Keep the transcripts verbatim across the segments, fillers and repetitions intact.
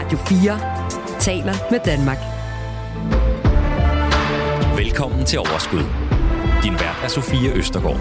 Radio fire taler med Danmark. Velkommen til Overskud. Din vært er Sofie Østergaard.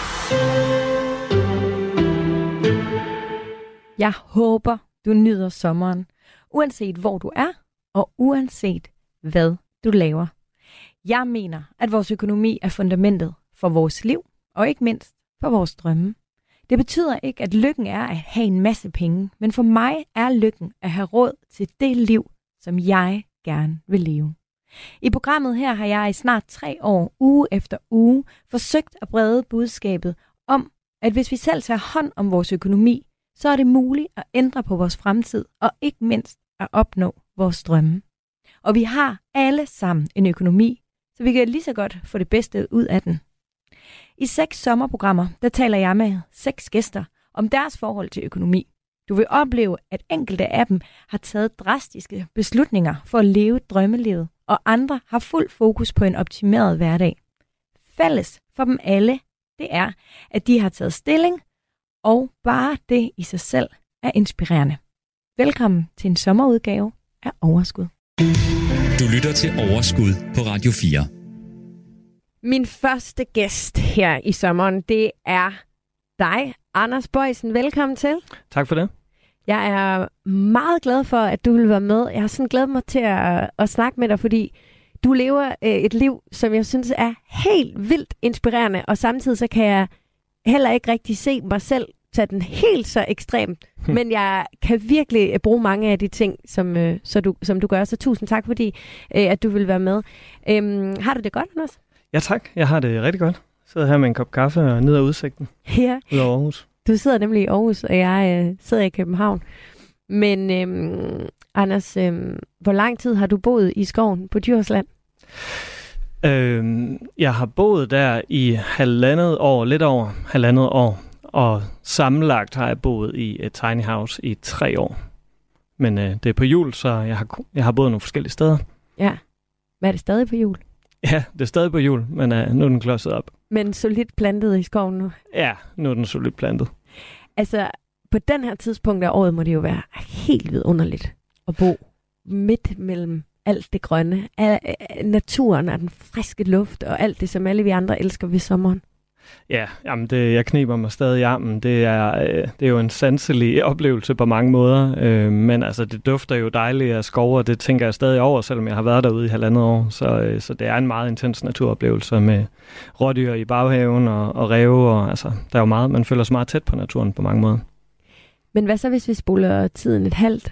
Jeg håber, du nyder sommeren, uanset hvor du er, og uanset hvad du laver. Jeg mener, at vores økonomi er fundamentet for vores liv, og ikke mindst for vores drømme. Det betyder ikke, at lykken er at have en masse penge, men for mig er lykken at have råd til det liv, som jeg gerne vil leve. I programmet her har jeg i snart tre år, uge efter uge, forsøgt at brede budskabet om, at hvis vi selv tager hånd om vores økonomi, så er det muligt at ændre på vores fremtid, og ikke mindst at opnå vores drømme. Og vi har alle sammen en økonomi, så vi kan lige så godt få det bedste ud af den. I seks sommerprogrammer, der taler jeg med seks gæster om deres forhold til økonomi. Du vil opleve, at enkelte af dem har taget drastiske beslutninger for at leve drømmelivet, og andre har fuld fokus på en optimeret hverdag. Fælles for dem alle, det er, at de har taget stilling, og bare det i sig selv er inspirerende. Velkommen til en sommerudgave af Overskud. Du lytter til Overskud på Radio fire. Min første gæst her i sommeren, det er dig, Anders Boysen. Velkommen til. Tak for det. Jeg er meget glad for, at du vil være med. Jeg har sådan glædet mig til at, at snakke med dig, fordi du lever øh, et liv, som jeg synes er helt vildt inspirerende, og samtidig så kan jeg heller ikke rigtig se mig selv tage den helt så ekstremt, men jeg kan virkelig bruge mange af de ting, som, øh, så du, som du gør. Så tusind tak, fordi øh, at du vil være med. Øhm, har du det godt, Anders? Ja tak, jeg har det rigtig godt. Jeg sidder her med en kop kaffe og nyder udsigten Ja. ud over Aarhus. Du sidder nemlig i Aarhus, og jeg øh, sidder i København. Men øhm, Anders, øhm, hvor lang tid har du boet i skoven på Djursland? Øhm, jeg har boet der i halvandet år, lidt over halvandet år. Og sammenlagt har jeg boet i et tiny house i tre år. Men øh, det er på jul, så jeg har, jeg har boet nogle forskellige steder. Ja. Hvad er det stadig på jul? Ja, det er stadig på jul, men øh, nu er den klodset op. Men solidt plantet i skoven nu? Ja, nu er den solidt plantet. Altså, på den her tidspunkt af året må det jo være helt vidunderligt at bo midt mellem alt det grønne, al, naturen og den friske luft og alt det, som alle vi andre elsker ved sommeren. Ja, jamen det, jeg kniber mig stadig i armen. Det er, øh, det er jo en sanselig oplevelse på mange måder, øh, men altså, det dufter jo dejligt af skov, og det tænker jeg stadig over, selvom jeg har været derude i halvandet år. Så, øh, så det er en meget intens naturoplevelse med rådyr i baghaven og, og ræve. Og, altså, der er jo meget, man føler sig meget tæt på naturen på mange måder. Men hvad så, hvis vi spoler tiden et halvt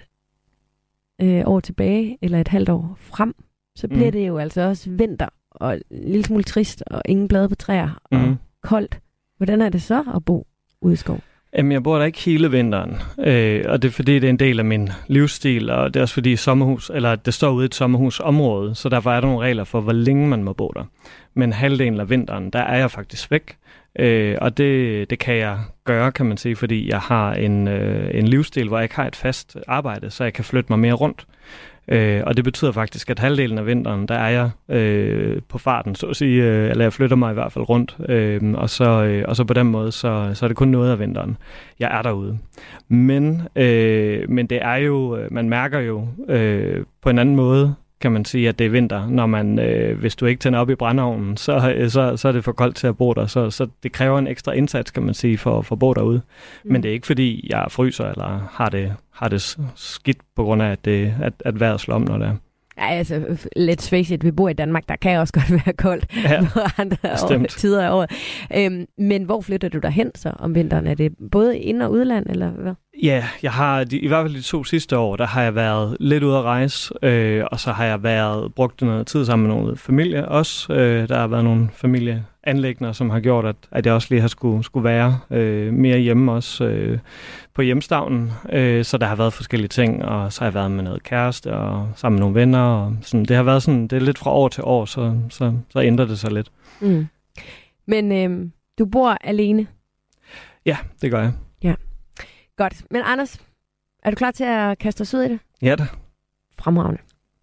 øh, år tilbage, eller et halvt år frem? Så bliver mm. det jo altså også vinter, og en lille smule trist, og ingen blade på træer, og mm. koldt. Hvordan er det så at bo ude i skov? Jamen, jeg bor der ikke hele vinteren, øh, og det er fordi, det er en del af min livsstil, og det er også fordi sommerhus, eller det står ude i et sommerhusområde, så derfor er der nogle regler for, hvor længe man må bo der. Men halvdelen af vinteren, der er jeg faktisk væk, øh, og det, det kan jeg gøre, kan man sige, fordi jeg har en, øh, en livsstil, hvor jeg ikke har et fast arbejde, så jeg kan flytte mig mere rundt. Øh, og det betyder faktisk, at halvdelen af vinteren, der er jeg øh, på farten, så at sige, øh, eller jeg flytter mig i hvert fald rundt, øh, og, så, øh, og så på den måde, så, så er det kun noget af vinteren, jeg er derude. Men, øh, men det er jo, man mærker jo øh, på en anden måde, kan man sige, at det er vinter, når man, øh, hvis du ikke tænder op i brændeovnen, så, øh, så, så er det for koldt til at bo der, så, så det kræver en ekstra indsats, kan man sige, for, for at bo derude. Mm. Men det er ikke fordi, jeg fryser, eller har det, har det skidt på grund af, at, det, at, at vejret slår om, når det er. Ja, altså, let's face it, vi bor i Danmark, der kan også godt være koldt ja, på andre år, tider af året. Øhm, men hvor flytter du derhen så om vinteren? Er det både ind- og udland, eller hvad? Ja, jeg har de, i hvert fald de to sidste år, der har jeg været lidt ude at rejse, øh, og så har jeg været brugt noget tid sammen med nogle familie også. Øh, der har været nogle familieanliggender, som har gjort, at, at jeg også lige har skulle, skulle være øh, mere hjemme også øh, på hjemstavnen. Øh, så der har været forskellige ting, og så har jeg været med noget kæreste og sammen med nogle venner. Og sådan. Det har været sådan, det er lidt fra år til år, så, så, så ændrer det sig lidt. Mm. Men øh, du bor alene? Ja, det gør jeg. Ja. Godt. Men Anders, er du klar til at kaste os ud i det? Ja da. Fremragende.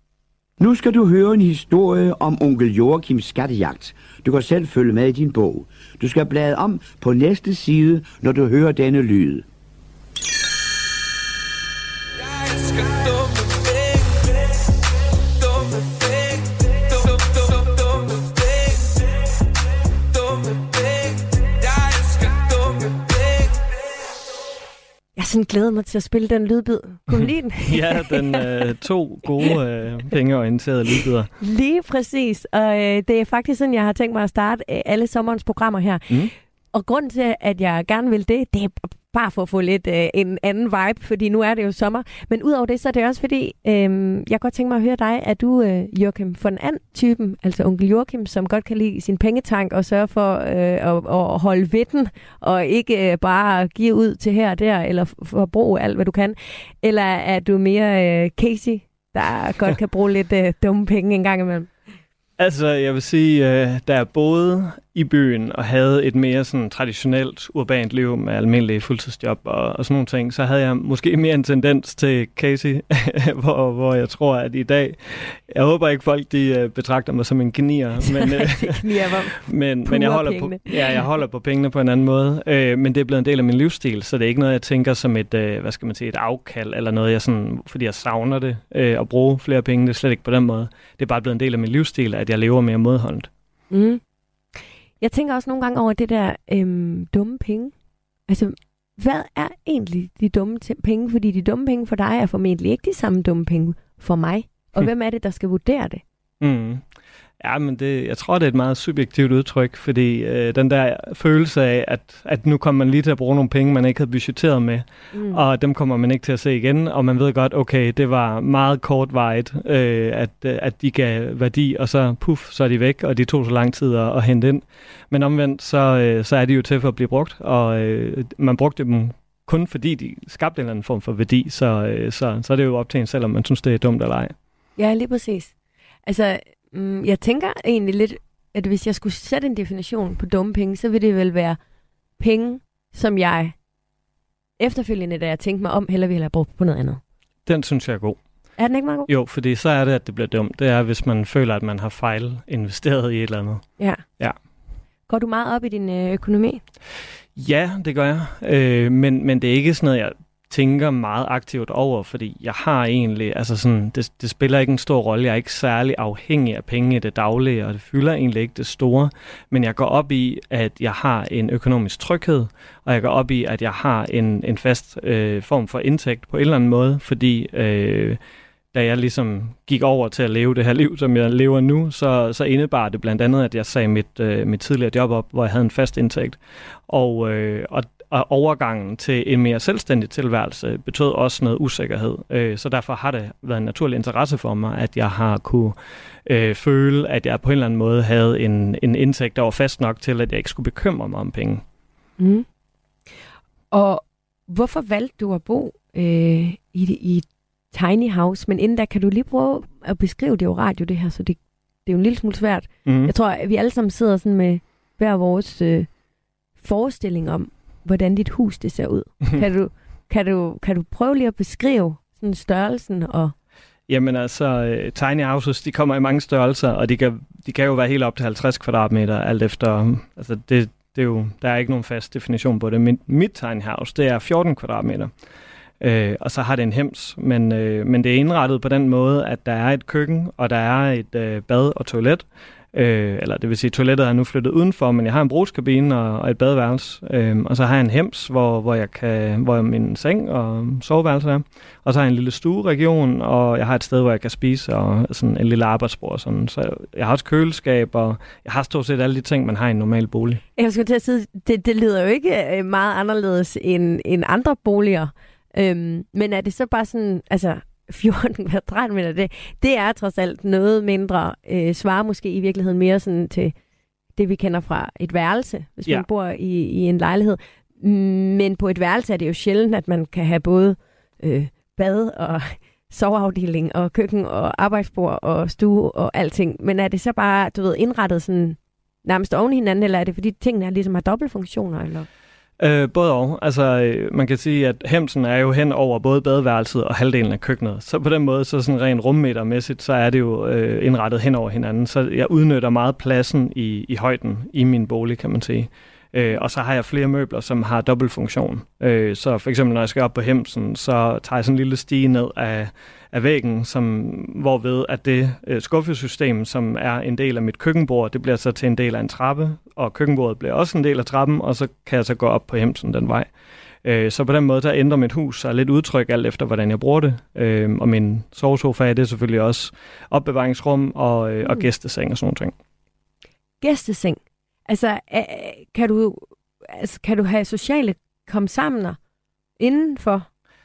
Nu skal du høre en historie om onkel Joachims skattejagt. Du kan selv følge med i din bog. Du skal blade om på næste side, når du hører denne lyd. Jeg elsker dumme sådan glæder mig til at spille den lydbid. Kunne du lide den? Ja, den øh, to gode øh, pengeorienterede lydbider. Lige præcis. Og øh, det er faktisk sådan, jeg har tænkt mig at starte øh, alle sommerens programmer her. Mm. Og grunden til, at jeg gerne vil det, det er bare for at få lidt øh, en anden vibe, fordi nu er det jo sommer. Men udover det, så er det også fordi, øh, jeg kan godt tænke mig at høre dig, at du, øh, Joachim von And-typen, altså onkel Joachim, som godt kan lide sin pengetank og sørge for øh, at, at holde ved den, og ikke øh, bare give ud til her og der, eller forbruge alt, hvad du kan. Eller er du mere øh, Casey, der godt kan bruge lidt øh, dumme penge en gang imellem? Altså, jeg vil sige, øh, da jeg boede i byen og havde et mere sådan traditionelt urbant liv med almindelige fuldtidsjob og, og sådan nogle ting, så havde jeg måske mere en tendens til Casey, hvor, hvor jeg tror, at i dag, jeg håber ikke folk de uh, betragter mig som en gnier, men, uh, men, men jeg, holder på, ja, jeg holder på pengene på en anden måde, uh, men det er blevet en del af min livsstil, så det er ikke noget, jeg tænker som et, uh, hvad skal man sige, et afkald eller noget, jeg sådan, fordi jeg savner det uh, at bruge flere penge, det er slet ikke på den måde. Det er bare blevet en del af min livsstil, at jeg lever mere modholdt. Mm. Jeg tænker også nogle gange over det der øhm, dumme penge. Altså, hvad er egentlig de dumme t- penge? Fordi de dumme penge for dig er formentlig ikke de samme dumme penge for mig. Og hm. hvem er det, der skal vurdere det? Mm. Ja, men det, jeg tror, det er et meget subjektivt udtryk, fordi øh, den der følelse af, at, at nu kommer man lige til at bruge nogle penge, man ikke havde budgetteret med, mm. og dem kommer man ikke til at se igen, og man ved godt, okay, det var meget kortvarigt, øh, at, at de gav værdi, og så puff, så er de væk, og de tog så lang tid at, at hente ind. Men omvendt, så, øh, så er de jo til for at blive brugt, og øh, man brugte dem kun fordi de skabte en eller anden form for værdi, så, øh, så, så er det jo op til en selv, om man synes, det er dumt eller ej. Ja, lige præcis. Altså, jeg tænker egentlig lidt, at hvis jeg skulle sætte en definition på dumme penge, så vil det vel være penge, som jeg efterfølgende, da jeg tænkte mig om, heller ville have brugt på noget andet. Den synes jeg er god. Er den ikke meget god? Jo, fordi så er det, at det bliver dumt. Det er, hvis man føler, at man har fejl investeret i et eller andet. Ja. Ja. Går du meget op i din øh, økonomi? Ja, det gør jeg. Øh, men, men det er ikke sådan noget, jeg tænker meget aktivt over, fordi jeg har egentlig, altså sådan, det, det spiller ikke en stor rolle. Jeg er ikke særlig afhængig af penge i det daglige, og det fylder egentlig ikke det store. Men jeg går op i, at jeg har en økonomisk tryghed, og jeg går op i, at jeg har en, en fast øh, form for indtægt på en eller anden måde, fordi øh, da jeg ligesom gik over til at leve det her liv, som jeg lever nu, så, så indebar det blandt andet, at jeg sagde mit, øh, mit tidligere job op, hvor jeg havde en fast indtægt. Og, øh, og Og overgangen til en mere selvstændig tilværelse betød også noget usikkerhed. Så derfor har det været en naturlig interesse for mig, at jeg har kunne øh, føle, at jeg på en eller anden måde havde en, en indtægt, der var fast nok til, at jeg ikke skulle bekymre mig om penge. Mm. Og hvorfor valgte du at bo øh, i, i tiny house? Men inden da, kan du lige prøve at beskrive det jo radio, det her, så det, det er jo en lille smule svært. Mm. Jeg tror, at vi alle sammen sidder sådan med hver vores øh, forestilling om, hvordan dit hus det ser ud. Kan du, kan du, kan du prøve lige at beskrive sådan størrelsen? Og Jamen altså, uh, tiny houses, de kommer i mange størrelser, og de kan, de kan jo være helt op til halvtreds kvadratmeter, alt efter, altså det, det er jo, der er ikke nogen fast definition på det. Mit, mit tiny house, det er fjorten kvadratmeter, uh, og så har det en hems, men, uh, men det er indrettet på den måde, at der er et køkken, og der er et uh, bad og toilet. Øh, eller det vil sige, toilettet er nu flyttet udenfor, men jeg har en brugskabine og, og et badeværelse. Øh, og så har jeg en hems, hvor, hvor jeg kan, hvor min seng og soveværelse er. Og så har jeg en lille stueregion, og jeg har et sted, hvor jeg kan spise, og sådan en lille arbejdsbord. Sådan. Så jeg har også køleskab, og jeg har stort set alle de ting, man har i en normal bolig. Jeg skulle til at sige, det, det lyder jo ikke meget anderledes end, end andre boliger. Øhm, men er det så bare sådan, altså fjorten kvadratmeter, det, det er trods alt noget mindre, øh, svarer måske i virkeligheden mere sådan til det, vi kender fra et værelse, hvis ja. man bor i, i en lejlighed. Men på et værelse er det jo sjældent, at man kan have både øh, bad og soveafdeling og køkken og arbejdsbord og stue og alting. Men er det så bare, du ved, indrettet sådan nærmest oven i hinanden, eller er det fordi tingene ligesom har dobbeltfunktioner, eller? Øh, både og. Altså, man kan sige, at hemsen er jo hen over både badeværelset og halvdelen af køkkenet. Så på den måde, så sådan rent rummetermæssigt, så er det jo øh, indrettet hen over hinanden. Så jeg udnytter meget pladsen i, i højden i min bolig, kan man sige. Øh, og så har jeg flere møbler, som har dobbeltfunktion. Øh, så for eksempel, når jeg skal op på hemsen, så tager jeg sådan en lille stige ned af, af væggen, som, hvorved at det øh, skuffesystem, som er en del af mit køkkenbord, det bliver så til en del af en trappe, og køkkenbordet bliver også en del af trappen, og så kan jeg så gå op på hemsen den vej. Øh, så på den måde, der ændrer mit hus sig lidt udtryk alt efter, hvordan jeg bruger det. Øh, og min sovesofa, det er selvfølgelig også opbevaringsrum og, øh, og gæsteseng og sådan nogle ting. Gæsteseng? Altså, kan du, altså, kan du have sociale komsamner indenfor?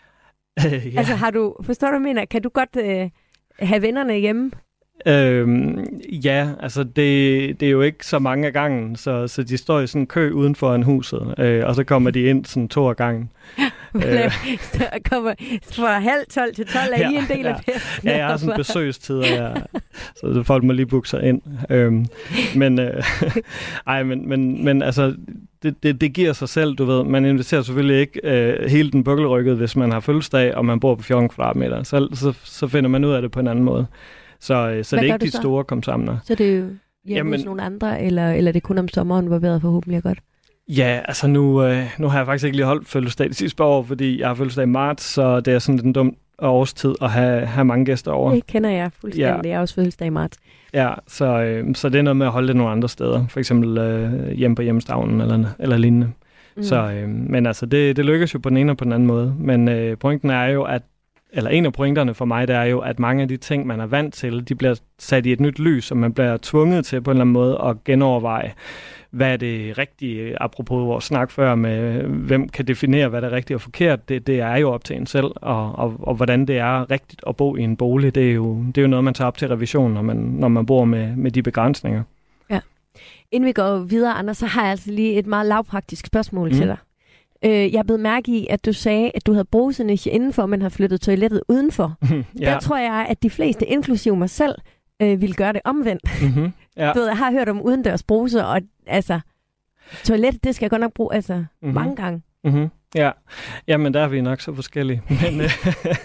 Øh, ja. Altså, har du, forstår du, hvad jeg mener? Kan du godt øh, have vennerne hjemme? Øhm, ja, altså det, det er jo ikke så mange af gangen, så, så de står i sådan en kø uden for en huset, øh, og så kommer de ind sådan to af gangen. øh. Så kommer fra halv tolv til tolv, er ja, I en del ja. af festen? Ja, jeg har sådan besøgstider, ja, så folk må lige booke sig ind. Øhm, men, øh, ej, men, men, men altså, det, det, det giver sig selv, du ved. Man inviterer selvfølgelig ikke øh, hele den bukkelrykket, hvis man har fødselsdag, og man bor på fjorten kvadratmeter. Så, så, så finder man ud af det på en anden måde. Så, så det er ikke de så? store komsamner. Så det er jo hjemme hos nogle andre, eller, eller det er kun om sommeren, hvor vejret forhåbentlig er godt? Ja, altså nu, øh, nu har jeg faktisk ikke lige holdt fødselsdag de sidste par år, fordi jeg har fødselsdag i marts, så det er sådan en dum årstid at have, have mange gæster over. Det kender jeg fuldstændig. Ja. Jeg har også fødselsdag i marts. Ja, så, øh, så det er noget med at holde det nogle andre steder. For eksempel øh, hjemme på hjemstavnen eller, eller lignende. Mm. Så, øh, men altså, det, det lykkes jo på den ene og på den anden måde. Men øh, pointen er jo, at eller en af pointerne for mig, det er jo, at mange af de ting, man er vant til, de bliver sat i et nyt lys, og man bliver tvunget til på en eller anden måde at genoverveje, hvad er det rigtige, apropos vores snak før med, hvem kan definere, hvad der er rigtigt og forkert, det, det er jo op til en selv, og, og, og hvordan det er rigtigt at bo i en bolig, det er jo, det er jo noget, man tager op til revision, når man, når man bor med, med de begrænsninger. Ja. Inden vi går videre, Anders, så har jeg altså lige et meget lavpraktisk spørgsmål mm. til dig. Øh, jeg blev mærke i, at du sagde, at du havde bruseniche indenfor, men har flyttet toilettet udenfor. Ja. Der tror jeg, at de fleste, inklusive mig selv, øh, ville gøre det omvendt. Mm-hmm. Ja. Du ved, jeg har hørt om udendørs bruser, og altså, toilettet, det skal jeg godt nok bruge altså, mm-hmm. mange gange. Mm-hmm. Ja, jamen der er vi nok så forskellige. Men, øh,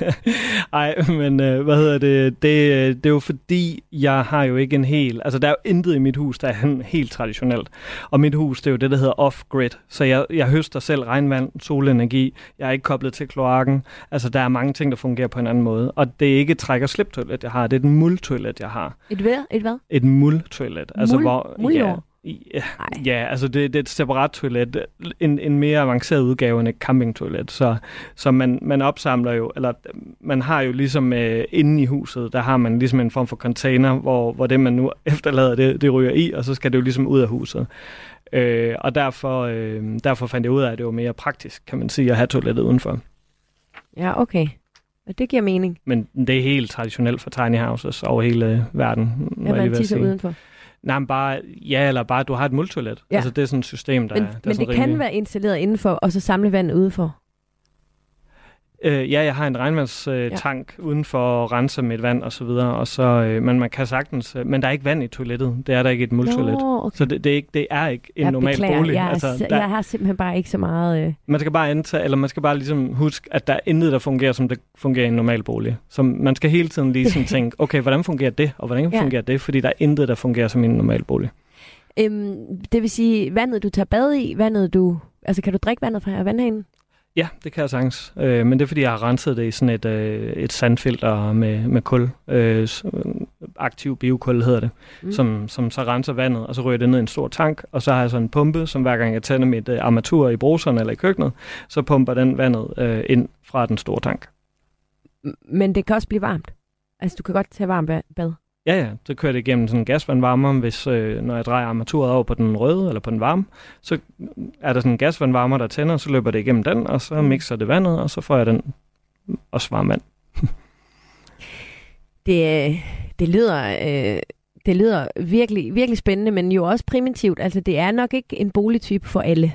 ej, men øh, hvad hedder det? det? Det er jo fordi, jeg har jo ikke en helt... Altså, der er jo intet i mit hus, der er helt traditionelt. Og mit hus, det er jo det, der hedder off-grid. Så jeg, jeg høster selv regnvand, solenergi. Jeg er ikke koblet til kloakken. Altså, der er mange ting, der fungerer på en anden måde. Og det er ikke træk- og slip-toilet, jeg har. Det er et muldtoilet, jeg har. Et hvad? Et hvad? Et muldtoilet. Altså, Muld? hvor... Muldjord? Ja, ja, altså det, det er et separat toilet, en, en mere avanceret udgave end et campingtoilet, så, så man, man opsamler jo, eller man har jo ligesom øh, inde i huset, der har man ligesom en form for container, hvor, hvor det man nu efterlader, det, det ryger i, og så skal det jo ligesom ud af huset. Øh, og derfor, øh, derfor fandt jeg ud af, at det var mere praktisk, kan man sige, at have toilettet udenfor. Ja, okay. Og det giver mening. Men det er helt traditionelt for tiny houses over hele verden. Ja, man tisser udenfor. Nej, men bare, ja, eller bare, du har et multoilet. Ja. Altså, det er sådan et system, der, men, der er men sådan det rimelig... kan være installeret indenfor, og så samle vand udenfor? Øh, ja, jeg har en regnvandstank øh, ja. udenfor at rense mit vand og så videre, og så, øh, men man kan sagtens, øh, men der er ikke vand i toilettet. Det er der ikke i et multoilet. Okay. Så det, det, er ikke, det er ikke en jeg normal beklager. bolig. Jeg, altså, der, jeg har simpelthen bare ikke så meget... Øh... Man skal bare antage, eller man skal bare ligesom huske, at der er intet, der fungerer, som det fungerer i en normal bolig. Så man skal hele tiden lige sådan tænke, okay, hvordan fungerer det, og hvordan ja. fungerer det? Fordi der er intet, der fungerer som i en normal bolig. Øhm, det vil sige, vandet du tager bad i, vandet du... Altså, kan du drikke vandet fra vandhanen? Ja, det kan jeg sagtens. Øh, men det er, fordi jeg har renset det i sådan et, øh, et sandfilter med, med kul. Øh, aktiv biokul hedder det. Mm. Som, som så renser vandet, og så ryger det ned i en stor tank. Og så har jeg sådan en pumpe, som hver gang jeg tænder mit øh, armatur i bruseren eller i køkkenet, så pumper den vandet øh, ind fra den store tank. Men det kan også blive varmt? Altså, du kan godt tage varmt bad? Ja, ja. Så kører det igennem sådan en gasvandvarmer, hvis, øh, når jeg drejer armaturet over på den røde eller på den varme, så er der sådan en gasvandvarmer, der tænder, så løber det igennem den, og så mixer det vandet, og så får jeg den også varm vand. det, det lyder... Øh Det lyder virkelig, virkelig spændende, men jo også primitivt. Altså, det er nok ikke en boligtype for alle.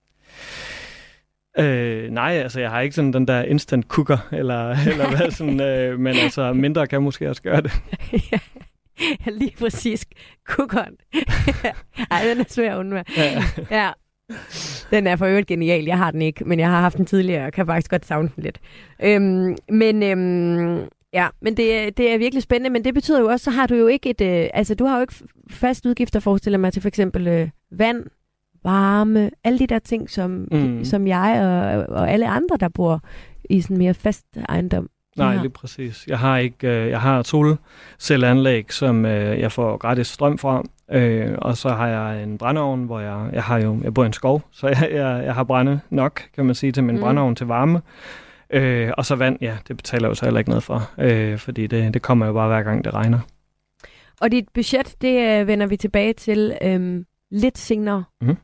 Øh, nej, altså jeg har ikke sådan den der instant cooker, eller, eller hvad sådan, øh, men altså mindre kan måske også gøre det. Ja, lige præcis. Cookeren. Ej, den er svær at undvære. Ja. Ja. Den er for øvrigt genial. Jeg har den ikke, men jeg har haft den tidligere, og kan faktisk godt savne den lidt. Øhm, men øhm, ja, men det, det er virkelig spændende, men det betyder jo også, så har du jo ikke et, øh, altså du har jo ikke fast udgifter, forestiller mig, til for eksempel øh, vand, varme, alle de der ting, som, mm. som jeg og, og alle andre, der bor i sådan mere fast ejendom. Nej, lige præcis. Jeg har ikke, øh, jeg har et solcelleanlæg, som øh, jeg får gratis strøm fra, Øh, og så har jeg en brændeovn, hvor jeg, jeg har jo, jeg bor i en skov, så jeg, jeg, jeg har brænde nok, kan man sige, til min mm. brændeovn til varme. Øh, og så vand, ja, det betaler jeg jo så heller ikke noget for, øh, fordi det, det kommer jo bare hver gang det regner. Og dit budget, det øh, vender vi tilbage til øh, lidt senere. Mm.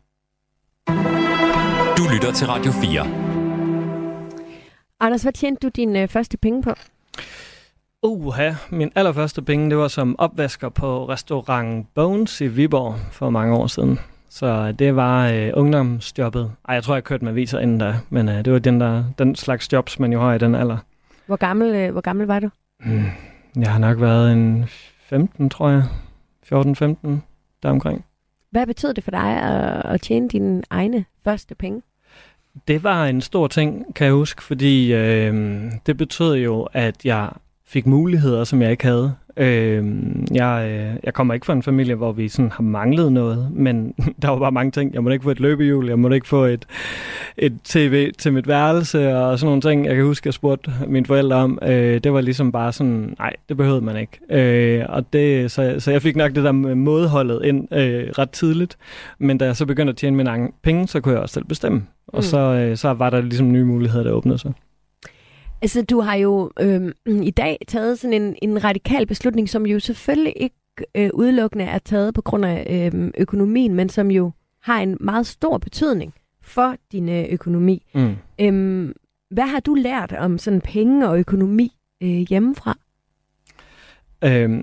Du lytter til Radio fire. Anders, hvad tjente du dine øh, første penge på? Uha, min allerførste penge, det var som opvasker på restaurant Bones i Viborg for mange år siden. Så det var øh, ungdomsjobbet. Ej, jeg tror, jeg kørte med aviser inden da, men øh, det var den, der, den slags jobs, man jo har i den alder. Hvor gammel, øh, hvor gammel var du? Hmm, jeg har nok været en femten, tror jeg. fjorten femten, deromkring. Hvad betød det for dig at, at tjene dine egne første penge? Det var en stor ting, kan jeg huske, fordi øh, det betød jo, at jeg fik muligheder, som jeg ikke havde. Øh, jeg, øh, jeg kommer ikke fra en familie, hvor vi sådan har manglet noget, men der var bare mange ting. Jeg måtte ikke få et løbehjul, jeg måtte ikke få et, et tv til mit værelse og sådan nogle ting. Jeg kan huske, at jeg spurgte mine forældre om. Øh, det var ligesom bare sådan, nej, det behøvede man ikke. Øh, og det, så, så jeg fik nok det der mådeholdet ind øh, ret tidligt. Men da jeg så begyndte at tjene mine egne penge, så kunne jeg også selv bestemme. Og mm. så, øh, så var der ligesom nye muligheder, der åbnede sig. Altså, du har jo øh, i dag taget sådan en, en radikal beslutning, som jo selvfølgelig ikke øh, udelukkende er taget på grund af øh, økonomien, men som jo har en meget stor betydning for din øh, økonomi. Mm. Øh, hvad har du lært om sådan penge og økonomi øh, hjemmefra? Øhm,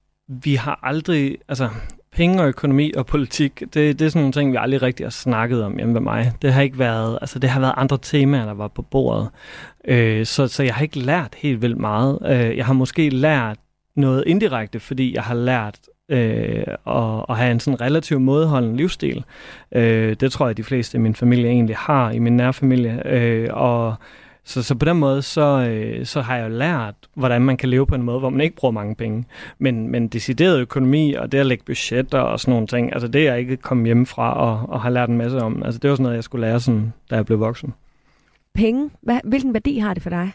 vi har aldrig... altså penge og økonomi og politik, det, det er sådan nogle ting, vi aldrig rigtig har snakket om hjemme ved mig. Det har ikke været, altså det har været andre temaer, der var på bordet. Øh, så, så jeg har ikke lært helt vildt meget. Øh, jeg har måske lært noget indirekte, fordi jeg har lært øh, at, at have en sådan relativt mådeholden livsstil. Øh, det tror jeg, de fleste i min familie egentlig har, i min nære familie. Øh, og Så, så på den måde, så, øh, så har jeg jo lært, hvordan man kan leve på en måde, hvor man ikke bruger mange penge. Men, men decideret økonomi og det at lægge budgetter og sådan nogle ting, altså det er jeg ikke kommet hjemmefra og, og har lært en masse om. Altså det var sådan noget, jeg skulle lære, sådan, da jeg blev voksen. Penge? Hvad, hvilken værdi har det for dig?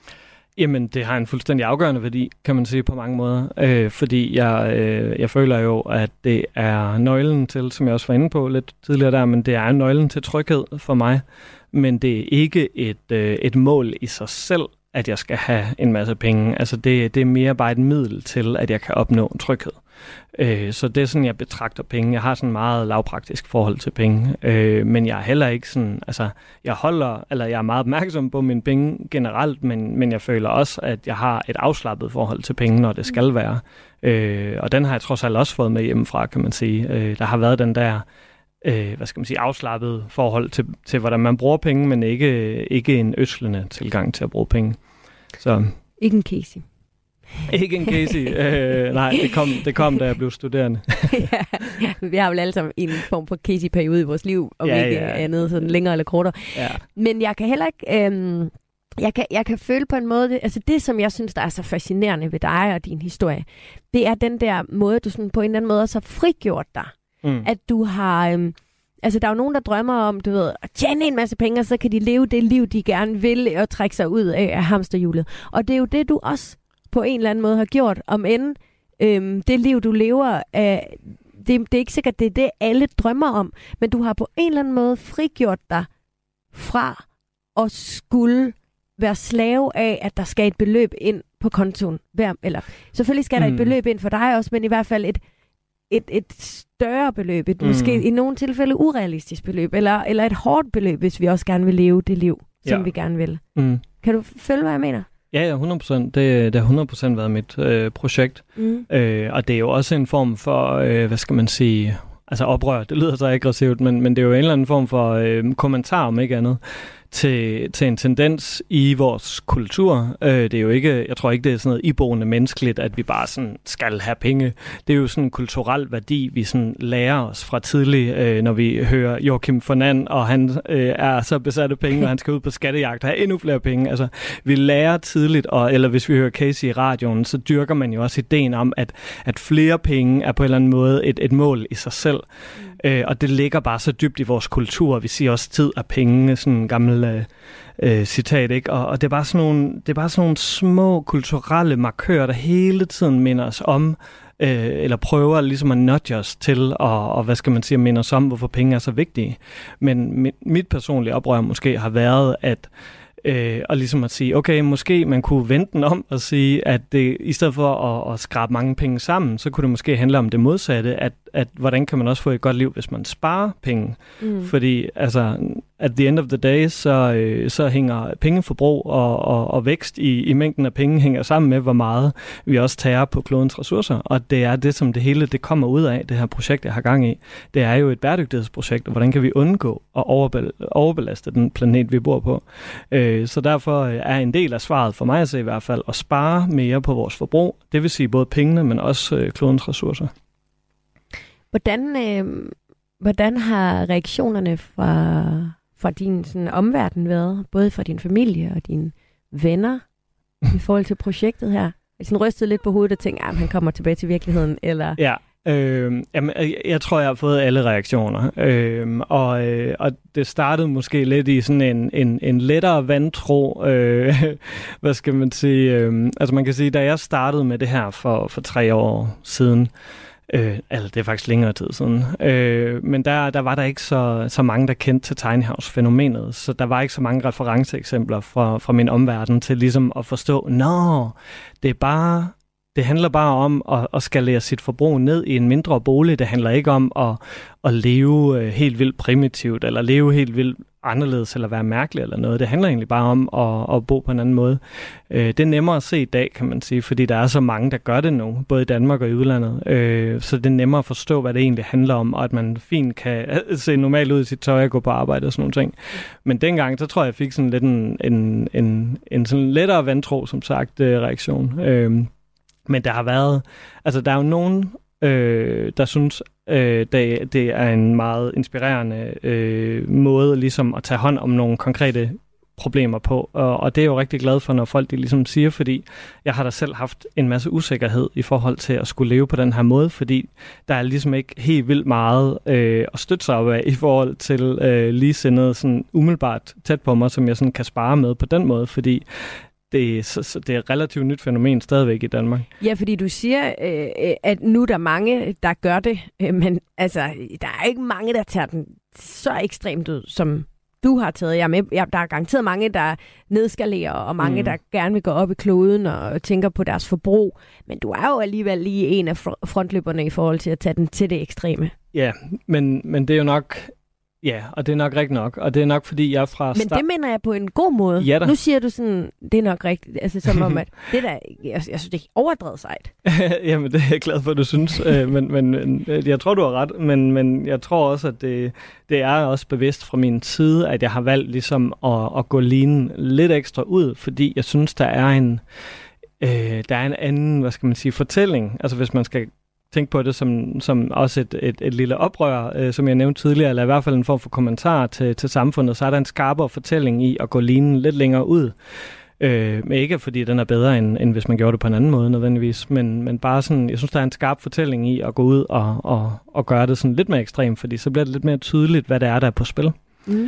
Jamen, det har en fuldstændig afgørende værdi, kan man sige på mange måder. Øh, fordi jeg, øh, jeg føler jo, at det er nøglen til, som jeg også var inde på lidt tidligere der, men det er nøglen til tryghed for mig. Men det er ikke et, øh, et mål i sig selv, at jeg skal have en masse penge. Altså det, det er mere bare et middel til, at jeg kan opnå tryghed. Øh, så det er sådan, jeg betragter penge. Jeg har sådan en meget lavpraktisk forhold til penge. Øh, men jeg er heller ikke sådan, altså jeg holder, eller jeg er meget opmærksom på mine penge generelt, men, men jeg føler også, at jeg har et afslappet forhold til penge, når det skal være. Øh, og den har jeg trods alt også fået med hjemmefra, kan man sige. Øh, der har været den der Øh, hvad skal man sige, afslappet forhold til, til, hvordan man bruger penge, men ikke, ikke en ødslende tilgang til at bruge penge. Så. Ikke en Casey. Ikke en Casey. øh, nej, det kom, det kom, da jeg blev studerende. ja, ja, vi har vel alle sammen en form for Casey-periode i vores liv, om ja, ikke ja. andet, sådan længere eller kortere. Ja. Men jeg kan heller ikke... Øhm, jeg, kan, jeg kan føle på en måde... Altså det, som jeg synes, der er så fascinerende ved dig og din historie, det er den der måde, du sådan på en eller anden måde også har frigjort dig. Mm. At du har... Øhm, altså, der er jo nogen, der drømmer om, du ved, at tjene en masse penge, og så kan de leve det liv, de gerne vil, og trække sig ud af, af hamsterhjulet. Og det er jo det, du også på en eller anden måde har gjort. Om end øhm, det liv, du lever, øh, det, det er ikke sikkert, det er det, alle drømmer om. Men du har på en eller anden måde frigjort dig fra at skulle være slave af, at der skal et beløb ind på kontoen. Eller selvfølgelig skal mm. der et beløb ind for dig også, men i hvert fald et Et, et større beløb, et mm. måske i nogle tilfælde urealistisk beløb, eller, eller et hårdt beløb, hvis vi også gerne vil leve det liv, som ja. vi gerne vil. Mm. Kan du følge, hvad jeg mener? Ja, ja, hundrede procent. Det, det har hundrede procent været mit øh, projekt. Mm. Øh, og det er jo også en form for, øh, hvad skal man sige, altså oprør. Det lyder så aggressivt, men, men det er jo en eller anden form for øh, kommentar, om ikke andet, til, til en tendens i vores kultur. Øh, det er jo ikke, jeg tror ikke, det er sådan noget iboende menneskeligt, at vi bare sådan skal have penge. Det er jo sådan en kulturel værdi, vi sådan lærer os fra tidligt, øh, når vi hører Joachim von And, og han øh, er så besat af penge, og han skal ud på skattejagt og have endnu flere penge. Altså, vi lærer tidligt, og, eller hvis vi hører Casey i radioen, så dyrker man jo også ideen om, at, at flere penge er på en eller anden måde et, et mål i sig selv. Mm. Øh, og det ligger bare så dybt i vores kultur. Vi siger også, tid er penge, sådan en gammel øh, øh, citat, ikke? Og, og det er bare sådan nogle, det er bare sådan nogle små kulturelle markører, der hele tiden minder os om, øh, eller prøver ligesom at nudge os til, og, og hvad skal man sige, minde os om, hvorfor penge er så vigtige. Men mit, mit personlige oprør måske har været, at Øh, og ligesom at sige, okay, måske man kunne vente den om og sige, at det, i stedet for at, at skrabe mange penge sammen, så kunne det måske handle om det modsatte, at, at hvordan kan man også få et godt liv, hvis man sparer penge. Mm. Fordi altså, at the end of the day, så, øh, så hænger pengeforbrug og, og, og vækst i, i mængden af penge hænger sammen med, hvor meget vi også tager på klodens ressourcer. Og det er det, som det hele det kommer ud af, det her projekt, jeg har gang i. Det er jo et bæredygtighedsprojekt, og hvordan kan vi undgå at overbel- overbelaste den planet, vi bor på. Øh, så derfor er en del af svaret for mig at se i hvert fald, at spare mere på vores forbrug. Det vil sige både pengene, men også øh, klodens ressourcer. Hvordan, øh, hvordan har reaktionerne fra, fra din sådan, omverden været, både fra din familie og dine venner, i forhold til projektet her? Er sådan rystet lidt på hovedet og tænkt, at han kommer tilbage til virkeligheden, eller... Ja. Øh, jamen, jeg tror, jeg har fået alle reaktioner, øh, og, øh, og det startede måske lidt i sådan en, en, en lettere vantro, øh, hvad skal man sige, øh, altså man kan sige, da jeg startede med det her for, for tre år siden, øh, altså det er faktisk længere tid siden, øh, men der, der var der ikke så, så mange, der kendte til tiny house-fænomenet, så der var ikke så mange referenceeksempler fra, fra min omverden til ligesom at forstå, nå, det er bare... Det handler bare om at, at skalere sit forbrug ned i en mindre bolig. Det handler ikke om at, at leve helt vildt primitivt, eller leve helt vildt anderledes, eller være mærkelig eller noget. Det handler egentlig bare om at, at bo på en anden måde. Det er nemmere at se i dag, kan man sige, fordi der er så mange, der gør det nu, både i Danmark og i udlandet. Så det er nemmere at forstå, hvad det egentlig handler om, og at man fint kan se normalt ud i sit tøj og gå på arbejde og sådan nogle ting. Men dengang, så tror jeg, jeg fik sådan lidt en, en, en, en sådan lettere vantro, som sagt, reaktion. Men der har været, altså der er jo nogen, øh, der synes, øh, det, det er en meget inspirerende øh, måde ligesom at tage hånd om nogle konkrete problemer på, og, og det er jeg jo rigtig glad for, når folk de ligesom siger, fordi jeg har da selv haft en masse usikkerhed i forhold til at skulle leve på den her måde, fordi der er ligesom ikke helt vildt meget øh, at støtte sig op af i forhold til øh, ligesindede sådan umiddelbart tæt på mig, som jeg sådan kan spare med på den måde, fordi Det, så, så det er et relativt nyt fænomen stadigvæk i Danmark. Ja, fordi du siger, øh, at nu er der mange, der gør det, øh, men altså, der er ikke mange, der tager den så ekstremt ud, som du har taget. Jeg er med, jeg, der er garanteret mange, der nedskalerer, og mange, mm. der gerne vil gå op i kloden og tænker på deres forbrug. Men du er jo alligevel lige en af frontløberne i forhold til at tage den til det ekstreme. Ja, men, men det er jo nok... Ja, og det er nok rigtigt nok, og det er nok, fordi jeg fra start... Men det mener jeg på en god måde. Ja, nu siger du sådan, det er nok rigtigt, altså som om, at det der, jeg, jeg synes, det er overdrevet sejt. Jamen, det er jeg glad for, at du synes, men, men jeg tror, du har ret, men, men jeg tror også, at det, det er også bevidst fra min side, at jeg har valgt ligesom at, at gå linen lidt ekstra ud, fordi jeg synes, der er en, øh, der er en anden, hvad skal man sige, fortælling, altså hvis man skal tænk på det som, som også et, et, et lille oprør, øh, som jeg nævnte tidligere, eller i hvert fald en form for kommentar til, til samfundet, så er der en skarpere fortælling i at gå linen lidt længere ud. Øh, men ikke fordi den er bedre, end, end hvis man gjorde det på en anden måde nødvendigvis, men, men bare sådan, jeg synes, der er en skarp fortælling i at gå ud og, og, og gøre det sådan lidt mere ekstremt, fordi så bliver det lidt mere tydeligt, hvad det er, der er på spil. Mm.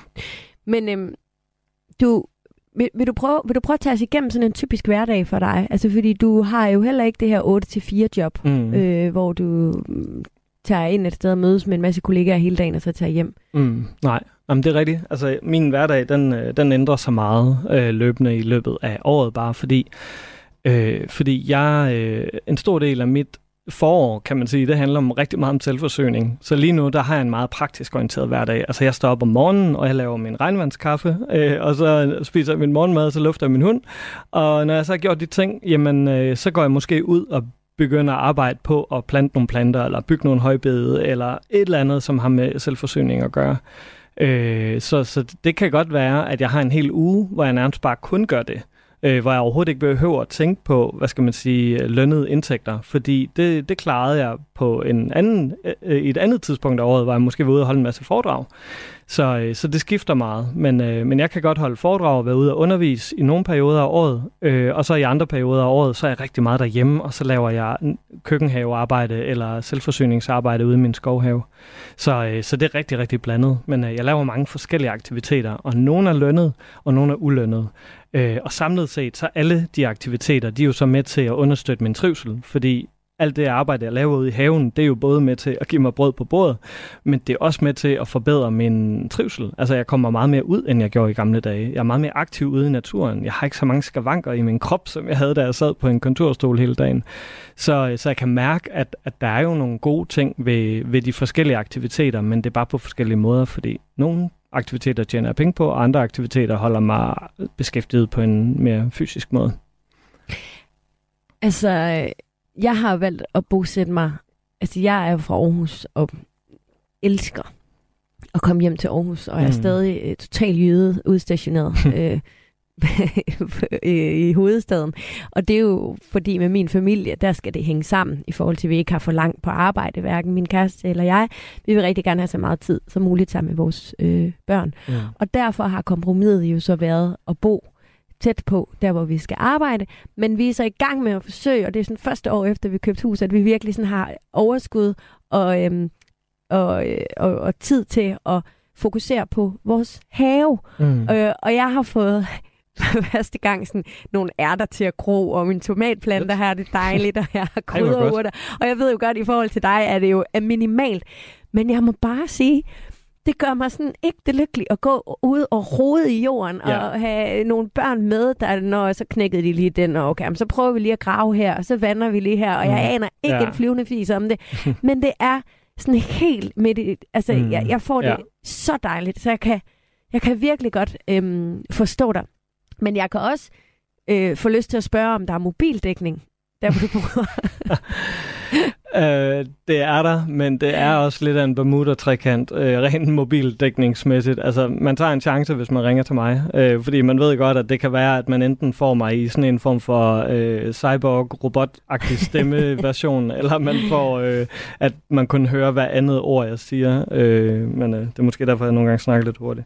Men øhm, du... Vil, vil, du prøve, vil du prøve at tage os igennem sådan en typisk hverdag for dig? Altså fordi du har jo heller ikke det her otte til fire job, mm. øh, hvor du tager ind et sted og mødes med en masse kollegaer hele dagen og så tager hjem. Mm. Nej, Jamen, det er rigtigt. Altså min hverdag, den, den ændrer sig meget øh, løbende i løbet af året, bare fordi, øh, fordi jeg, øh, en stor del af mit forår, kan man sige, det handler om rigtig meget om selvforsyning. Så lige nu, der har jeg en meget praktisk orienteret hverdag. Altså, jeg står op om morgenen, og jeg laver min regnvandskaffe, øh, og så spiser jeg min morgenmad, og så lufter jeg min hund. Og når jeg så har gjort de ting, jamen, øh, så går jeg måske ud og begynder at arbejde på at plante nogle planter, eller bygge nogle højbede, eller et eller andet, som har med selvforsyning at gøre. Øh, så, så det kan godt være, at jeg har en hel uge, hvor jeg nærmest bare kun gør det. Øh, hvor jeg overhovedet ikke behøver at tænke på, hvad skal man sige, lønnede indtægter, fordi det, det klarede jeg på en anden, øh, i et andet tidspunkt af året, hvor jeg måske var ude og holde en masse foredrag. Så, øh, så det skifter meget, men, øh, men jeg kan godt holde foredrag og være ude og undervise i nogle perioder af året, øh, og så i andre perioder af året, så er jeg rigtig meget derhjemme, og så laver jeg køkkenhavearbejde eller selvforsyningsarbejde ude i min skovhave. Så, øh, så det er rigtig, rigtig blandet, men øh, jeg laver mange forskellige aktiviteter, og nogle er lønnet, og nogle er ulønnet. Øh, og samlet set, så alle de aktiviteter, de er jo så med til at understøtte min trivsel, fordi alt det arbejde, jeg laver ude i haven, det er jo både med til at give mig brød på bordet, men det er også med til at forbedre min trivsel. Altså, jeg kommer meget mere ud, end jeg gjorde i gamle dage. Jeg er meget mere aktiv ude i naturen. Jeg har ikke så mange skavanker i min krop, som jeg havde, da jeg sad på en kontorstol hele dagen. Så, så jeg kan mærke, at, at der er jo nogle gode ting ved, ved de forskellige aktiviteter, men det er bare på forskellige måder, fordi nogle aktiviteter tjener jeg penge på, og andre aktiviteter holder mig beskæftiget på en mere fysisk måde. Altså, jeg har valgt at bosætte mig. Altså, jeg er jo fra Aarhus og elsker at komme hjem til Aarhus, og jeg er mm. stadig uh, total jøde udstationeret øh, i hovedstaden. Og det er jo fordi med min familie, der skal det hænge sammen, i forhold til, at vi ikke har for langt på arbejde, hverken min kæreste eller jeg. Vi vil rigtig gerne have så meget tid som muligt sammen med vores øh, børn. Mm. Og derfor har kompromiset jo så været at bo tæt på, der hvor vi skal arbejde, men vi er så i gang med at forsøge, og det er sådan første år efter vi købte hus, at vi virkelig sådan har overskud og, øhm, og, og, og tid til at fokusere på vores have. Mm. Øh, og jeg har fået første gang sådan nogle ærter til at gro, og mine tomatplanter her, det er dejligt, og jeg har krydderurter. Og jeg ved jo godt, i forhold til dig, er det jo minimalt. Men jeg må bare sige, det gør mig sådan ægte lykkelig at gå ud og rode i jorden, ja. Og have nogle børn med, der når så knækkede de lige den, og okay, så prøver vi lige at grave her, og så vander vi lige her, og jeg aner ikke ja. en flyvende fis om det. Men det er sådan helt midt i, altså mm. jeg, jeg får det ja. så dejligt, så jeg kan, jeg kan virkelig godt øhm, forstå dig. Men jeg kan også øh, få lyst til at spørge, om der er mobildækning, der hvor du bor. øh, det er der, men det er også lidt af en Bermuda-trekant, øh, rent mobildækningsmæssigt. Altså, man tager en chance, hvis man ringer til mig, øh, fordi man ved godt, at det kan være, at man enten får mig i sådan en form for øh, cyborg-robot-agtig stemmeversion, eller man får, øh, at man kun hører hver andet ord, jeg siger. Øh, men øh, det er måske derfor, jeg nogle gange snakker lidt hurtigt.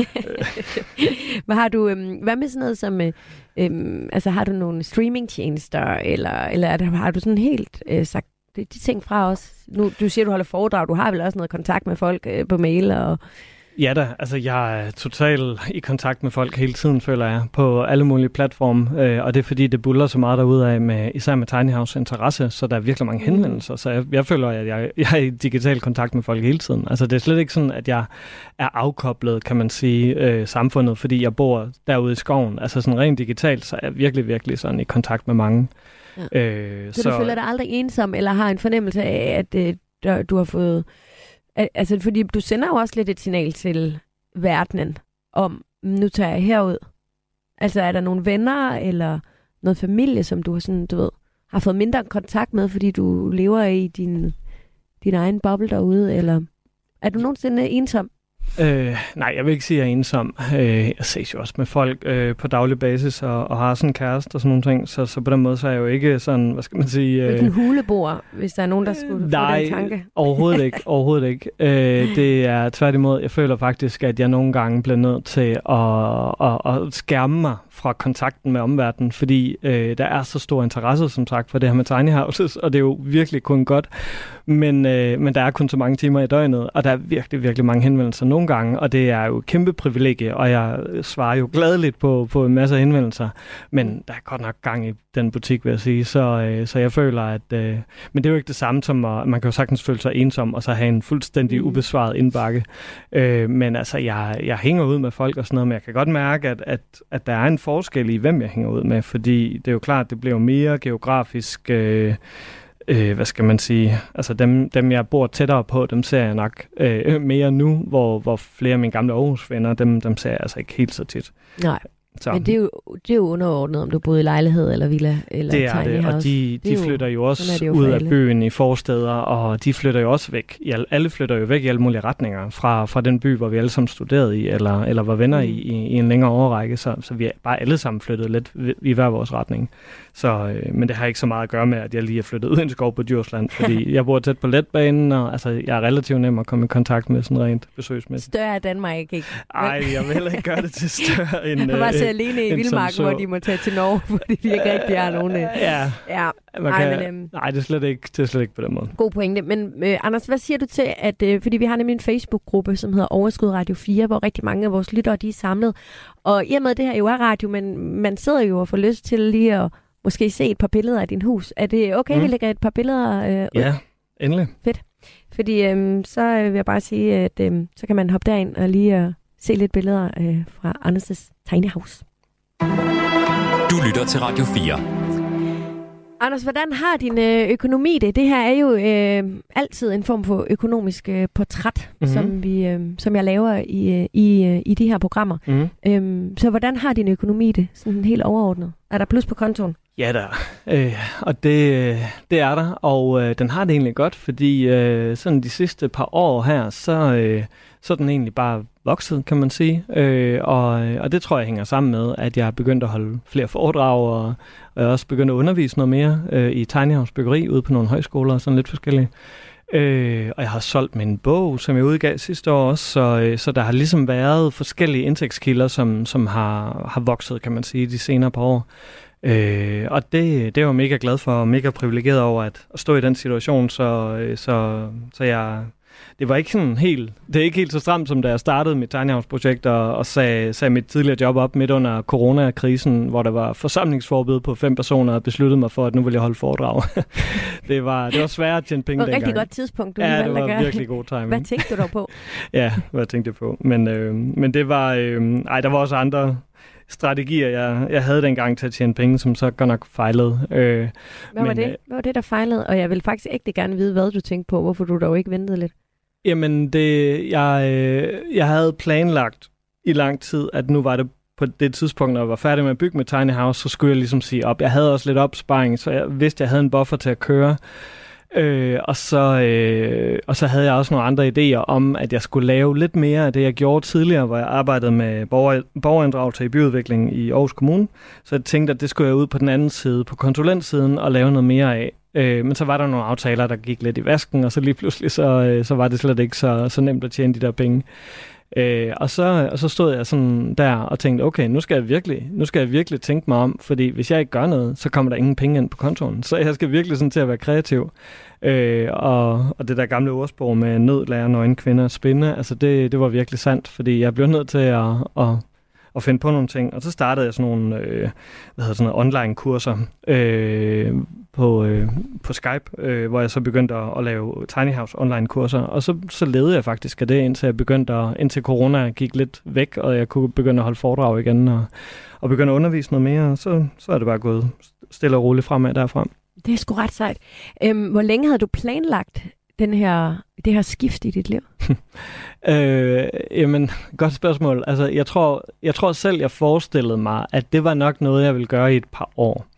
Hvad har du, øh, hvad med sådan noget som... Øh, Øhm, altså har du nogle streamingtjenester, eller, eller er der, har du sådan helt øh, sagt de, de ting fra os? Nu, du siger, du holder foredrag, du har vel også noget kontakt med folk øh, på mail? Og... Ja da, altså jeg er totalt i kontakt med folk hele tiden, føler jeg, på alle mulige platforme, øh, og det er fordi, det buller så meget derude af, med, især med Tiny House interesse, så der er virkelig mange henvendelser, så jeg, jeg føler, at jeg, jeg er i digital kontakt med folk hele tiden. Altså det er slet ikke sådan, at jeg er afkoblet, kan man sige, øh, samfundet, fordi jeg bor derude i skoven. Altså sådan rent digitalt, så er jeg virkelig, virkelig sådan i kontakt med mange. Ja. Øh, så, så du føler dig aldrig ensom, eller har en fornemmelse af, at øh, der, du har fået... Altså, fordi du sender jo også lidt et signal til verdenen om, nu tager jeg herud. Altså, er der nogle venner eller noget familie, som du har, sådan, du ved, har fået mindre kontakt med, fordi du lever i din, din egen boble derude? Eller er du nogensinde ensom? Øh, nej, jeg vil ikke sige, at jeg er ensom. Øh, jeg ses jo også med folk øh, på daglig basis, og, og har sådan en kæreste og sådan nogle ting, så, så på den måde så er jeg jo ikke sådan, hvad skal man sige... Øh, Hvilken huleboer, hvis der er nogen, der skulle nej, få den tanke? Nej, overhovedet ikke. Overhovedet ikke. Øh, det er tværtimod, jeg føler faktisk, at jeg nogle gange bliver nødt til at, at, at skærme mig fra kontakten med omverdenen, fordi øh, der er så stor interesse, som sagt, for det her med tiny houses, og det er jo virkelig kun godt. Men, øh, men der er kun så mange timer i døgnet, og der er virkelig, virkelig mange henvendelser nogle gange, og det er jo et kæmpe privilegie, og jeg svarer jo gladeligt på, på en masse henvendelser, men der er godt nok gang i den butik, vil jeg sige, så, øh, så jeg føler, at... Øh, men det er jo ikke det samme som, at man kan jo sagtens føle sig ensom, og så have en fuldstændig ubesvaret indbakke. Øh, men altså, jeg, jeg hænger ud med folk og sådan noget, men jeg kan godt mærke, at, at, at der er en forskel i, hvem jeg hænger ud med, fordi det er jo klart, at det bliver mere geografisk... Øh, Øh, hvad skal man sige, altså dem, dem jeg bor tættere på, dem ser jeg nok øh, mere nu, hvor, hvor flere af mine gamle Aarhus-venner, dem, dem ser jeg altså ikke helt så tit. Nej, så. Men det er, jo, det er jo underordnet, om du boede i lejlighed eller villa eller det er tiny det, house. Og de, de flytter jo også jo ud af byen i forsteder, og de flytter jo også væk. Alle flytter jo væk i alle mulige retninger fra, fra den by, hvor vi alle sammen studerede i, eller, eller var venner mm. i, i, i en længere årrække, så, så vi er bare alle sammen flyttet lidt i hver vores retning. Så, øh, men det har ikke så meget at gøre med, at jeg lige er flyttet ud i en skov på Djursland, fordi jeg bor tæt på letbanen, og altså, jeg er relativt nem at komme i kontakt med sådan rent besøgsmæssigt. Større er Danmark ikke? Nej, jeg vil heller ikke gøre det til større end... Jeg var så alene i Vildmarken, hvor de må tage til Norge, fordi vi ikke rigtig har nogen... Ja, ja. Man kan, Ej, men, øhm, nej, det er, slet ikke, det er slet ikke på den måde. God pointe. Men øh, Anders, hvad siger du til, at... Øh, fordi vi har nemlig en Facebook-gruppe, som hedder Overskud Radio fire, hvor rigtig mange af vores lyttere, de er samlet. Og i og med det her jo er radio, men man sidder jo og får lyst til lige at måske se et par billeder af din hus. Er det okay, mm. vi lægger et par billeder øh, ud? Ja, endelig. Fedt. Fordi øh, så vil jeg bare sige, at øh, så kan man hoppe derind og lige øh, se lidt billeder øh, fra Anders' Tiny House. Du lytter til Radio fire. Anders, hvordan har din øh, økonomi det? Det her er jo øh, altid en form for økonomisk øh, portræt, mm-hmm. som, vi, øh, som jeg laver i, i, øh, i de her programmer. Mm-hmm. Øhm, så hvordan har din økonomi det, sådan helt overordnet? Er der plus på kontoen? Ja, der. Øh, og det, det er der, og øh, den har det egentlig godt, fordi øh, sådan de sidste par år her, så, øh, så er den egentlig bare vokset, kan man sige. Øh, og, og det tror jeg hænger sammen med, at jeg er begyndt at holde flere foredrag, og, og jeg er også begyndt at undervise noget mere øh, i Tiny House byggeri ude på nogle højskoler og sådan lidt forskellige. Øh, og jeg har solgt min bog, som jeg udgav sidste år også, så, øh, så der har ligesom været forskellige indtægtskilder, som, som har, har vokset, kan man sige, de senere par år. Øh, og det, det var jeg mega glad for, og mega privilegeret over at, at stå i den situation, så, så, så jeg, det var ikke sådan helt, det er ikke helt så stramt, som da jeg startede mit Tiny House-projekt og, og sagde, sagde mit tidligere job op midt under coronakrisen, hvor der var forsamlingsforbud på fem personer, og besluttede mig for, at nu ville jeg holde foredrag. det, var, det var svært at tjene penge dengang. Det var et rigtig godt tidspunkt, du ja, lige valgte at gøre. Ja, det var virkelig god timing. Hvad tænkte du dog på? ja, hvad tænkte jeg på? Men, øh, men det var, øh, ej, der var også andre strategier, jeg, jeg havde dengang til at tjene penge, som så godt nok fejlede. Øh, hvad, men, var det? hvad var det, der fejlede? Og jeg vil faktisk ikke gerne vide, hvad du tænkte på. Hvorfor du dog ikke ventede lidt? Jamen, det, jeg, øh, jeg havde planlagt i lang tid, at nu var det på det tidspunkt, når jeg var færdig med at bygge med Tiny House, så skulle jeg ligesom sige op. Jeg havde også lidt opsparing, så jeg vidste, jeg havde en buffer til at køre. Øh, og, så, øh, og så havde jeg også nogle andre idéer om, at jeg skulle lave lidt mere af det, jeg gjorde tidligere, hvor jeg arbejdede med borger, borgerinddragelse i byudvikling i Aarhus Kommune. Så jeg tænkte, at det skulle jeg ud på den anden side, på konsulentsiden, og lave noget mere af. Øh, men så var der nogle aftaler, der gik lidt i vasken, og så lige pludselig, så, øh, så var det slet ikke så, så nemt at tjene de der penge. Øh, og, så, og så stod jeg sådan der og tænkte, okay, nu skal jeg virkelig, nu skal jeg virkelig tænke mig om, fordi hvis jeg ikke gør noget, så kommer der ingen penge ind på kontoen. Så jeg skal virkelig sådan til at være kreativ. Øh, og, og det der gamle ordsprog med nød lærer nøgne kvinder at spinde, altså det, det var virkelig sandt, fordi jeg blev nødt til at, at, at finde på nogle ting. Og så startede jeg sådan nogle øh, hvad hedder sådan nogle online-kurser øh, på, øh, på Skype, øh, hvor jeg så begyndte at, at lave Tiny House online-kurser. Og så, så levede jeg faktisk af det, indtil jeg begyndte at, indtil corona gik lidt væk, og jeg kunne begynde at holde foredrag igen og, og begynde at undervise noget mere. Og så, så er det bare gået stille og roligt fremad derfra. Det er sgu ret sejt. Øhm, hvor længe havde du planlagt den her, det her skift i dit liv? øh, jamen, godt spørgsmål. Altså, jeg tror, jeg tror selv, jeg forestillede mig, at det var nok noget, jeg ville gøre i et par år.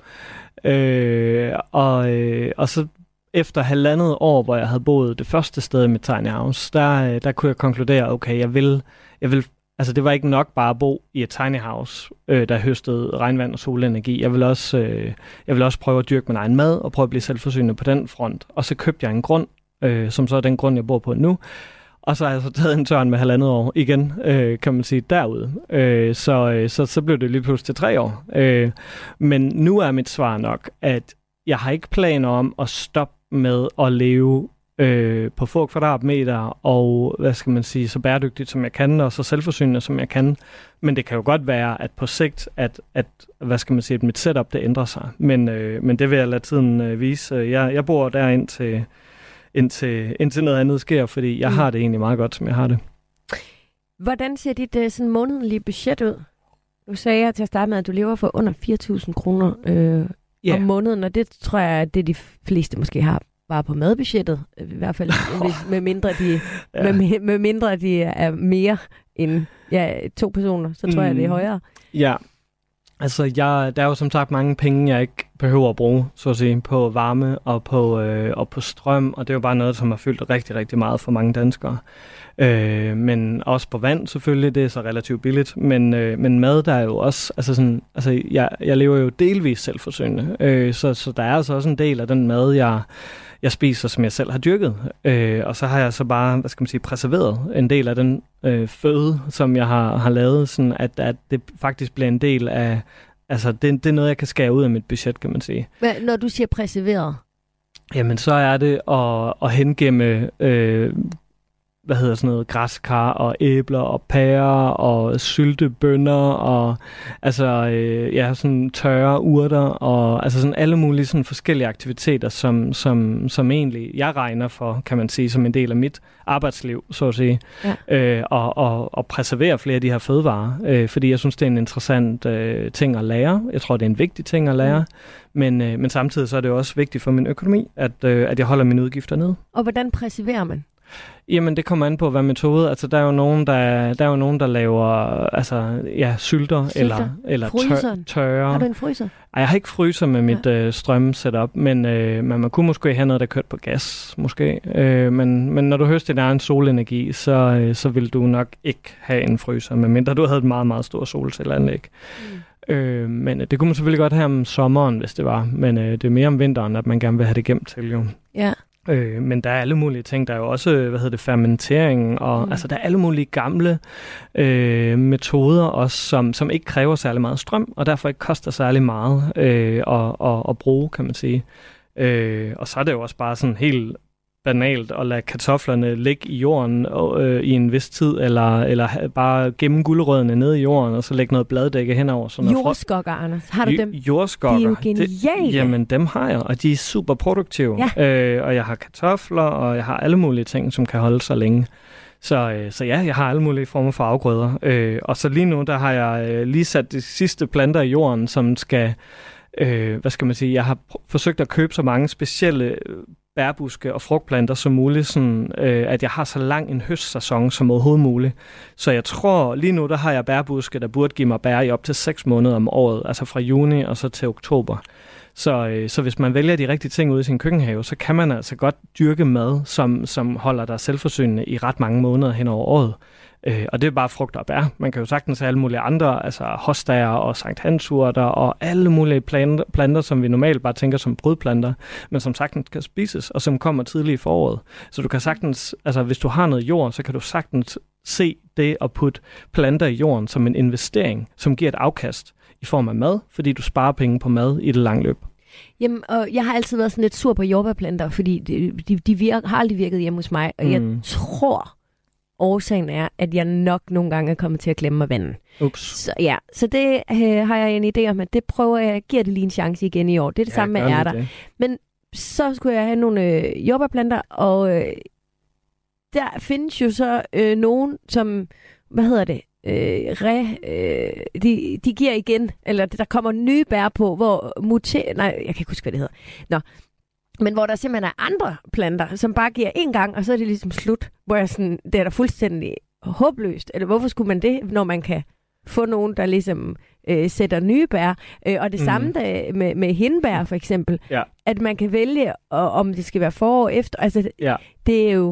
Øh, og, øh, og så efter halvandet år, hvor jeg havde boet det første sted i mit Tiny House, der, der kunne jeg konkludere, okay, jeg vil, jeg vil altså det var ikke nok bare at bo i et tiny house, øh, der høstede regnvand og solenergi. Jeg ville også, øh, jeg ville også prøve at dyrke min egen mad og prøve at blive selvforsynende på den front. Og så købte jeg en grund, øh, som så er den grund, jeg bor på nu. Og så har jeg så taget en tørn med halvandet år igen, øh, kan man sige, derude. Øh, så, så, så blev det lige pludselig til tre år. Øh, men nu er mit svar nok, at jeg har ikke planer om at stoppe med at leve øh, på få kvadratmeter, og hvad skal man sige, så bæredygtigt som jeg kan, og så selvforsynende som jeg kan. Men det kan jo godt være, at på sigt, at, at hvad skal man sige, at mit setup det ændrer sig. Men, øh, men det vil jeg lade tiden øh, vise. Jeg, jeg bor der ind til, indtil, indtil noget andet sker, fordi jeg mm. har det egentlig meget godt, som jeg har det. Hvordan ser dit uh, sådan månedlige budget ud? Du sagde til at starte med, at du lever for under fire tusind kroner øh, yeah. om måneden, og det tror jeg, at det de fleste måske har bare på madbudgettet, i hvert fald hvis, med, mindre de, ja. med, med mindre de er mere end ja, to personer, så tror mm. jeg, det er højere. Ja, altså jeg, der er jo som sagt mange penge, jeg ikke behøver at bruge, så at sige, på varme og på, øh, og på strøm, og det er jo bare noget, som har fyldt rigtig, rigtig meget for mange danskere. Øh, men også på vand selvfølgelig, det er så relativt billigt, men, øh, men mad, der er jo også, altså sådan, altså jeg, jeg lever jo delvis selvforsynende, øh, så, så der er altså også en del af den mad, jeg, jeg spiser, som jeg selv har dyrket, øh, og så har jeg så bare, hvad skal man sige, preserveret en del af den øh, føde, som jeg har, har lavet, sådan at, at det faktisk bliver en del af, altså det, det er noget, jeg kan skære ud af mit budget, kan man sige. Hvad, når du siger preserveret? Jamen så er det at, at hengemme øh, hvad hedder sådan noget, græskar og æbler og pærer og syltebønner og altså øh, ja, sådan tørre urter og altså sådan alle mulige sådan forskellige aktiviteter, som, som, som egentlig jeg regner for, kan man sige, som en del af mit arbejdsliv, så at sige, ja. øh, og, og, og preservere flere af de her fødevarer, øh, fordi jeg synes, det er en interessant øh, ting at lære. Jeg tror, det er en vigtig ting at lære, mm. men, øh, men samtidig så er det også vigtigt for min økonomi, at, øh, at jeg holder mine udgifter nede. Og hvordan preserverer man? Jamen, det kommer an på, hvad metode. Altså, der er jo nogen, der, der, er jo nogen, der laver altså, ja, sylter, sylter. eller, eller tør, tørre. Har du en fryser? Ej, jeg har ikke fryser med mit ja. øh, strømsetup, men øh, man, man kunne måske have noget, der kørt på gas, måske. Øh, men, men når du høster din egen solenergi, så, øh, så vil du nok ikke have en fryser, medmindre du havde et meget, meget stort solcelleanlæg. Mm. Øh, men det kunne man selvfølgelig godt have om sommeren, hvis det var. Men øh, det er mere om vinteren, at man gerne vil have det gemt til, jo. Ja. Øh, men der er alle mulige ting. Der er jo også, hvad hedder det, fermentering, og mm. altså der er alle mulige gamle øh, metoder også, som, som ikke kræver særlig meget strøm, og derfor ikke koster særlig meget øh, at, at, at bruge, kan man sige. Øh, og så er det jo også bare sådan helt banalt at lade kartoflerne ligge i jorden øh, i en vis tid, eller, eller bare gemme gulerødderne ned i jorden, og så lægge noget bladdække henover. Sådan jordskokker, Anders. Har du dem? Jordskokker. De er jo geniale. Det, jamen, dem har jeg, og de er super produktive. Ja. Øh, og jeg har kartofler, og jeg har alle mulige ting, som kan holde sig længe. Så, øh, så ja, jeg har alle mulige former for afgrøder. Øh, og så lige nu, der har jeg øh, lige sat de sidste planter i jorden, som skal, øh, hvad skal man sige, jeg har pr- forsøgt at købe så mange specielle bærbuske og frugtplanter som muligt, sådan, øh, at jeg har så lang en høstsæson som overhovedet muligt. Så jeg tror, lige nu der har jeg bærbuske, der burde give mig bær i op til seks måneder om året, altså fra juni og så til oktober. Så, øh, så hvis man vælger de rigtige ting ude i sin køkkenhave, så kan man altså godt dyrke mad, som, som holder dig selvforsynende i ret mange måneder hen over året. Øh, og det er bare frugter og bær. Man kan jo sagtens have alle mulige andre, altså hostager og Sankt Hansurter og alle mulige planter, planter, som vi normalt bare tænker som brødplanter, men som sagtens kan spises, og som kommer tidligt i foråret. Så du kan sagtens, altså hvis du har noget jord, så kan du sagtens se det at putte planter i jorden som en investering, som giver et afkast i form af mad, fordi du sparer penge på mad i det lange løb. Jamen, og jeg har altid været sådan lidt sur på jordbærplanter, fordi de, de, de virker, har aldrig virket hjemme hos mig, og mm. jeg tror, årsagen er, at jeg nok nogle gange er kommet til at glemme mig vandet. Ups. Så, ja, så det øh, har jeg en idé om, at det prøver jeg, giver det lige en chance igen i år. Det er det ja, samme med ærter. Det. Men så skulle jeg have nogle øh, jordbærplanter, og øh, der findes jo så øh, nogen, som, hvad hedder det, øh, re, øh, de, de giver igen, eller der kommer nye bær på, hvor muter, nej, jeg kan ikke huske, hvad det hedder. Nå. Men hvor der simpelthen er andre planter, som bare giver én gang, og så er det ligesom slut. Hvor jeg sådan, det er da fuldstændig håbløst. Eller hvorfor skulle man det, når man kan få nogen, der ligesom øh, sætter nye bær? Øh, og det mm. samme der, med, med hindbær for eksempel. Ja. At man kan vælge, og, om det skal være forår efter. Altså, ja. det er jo...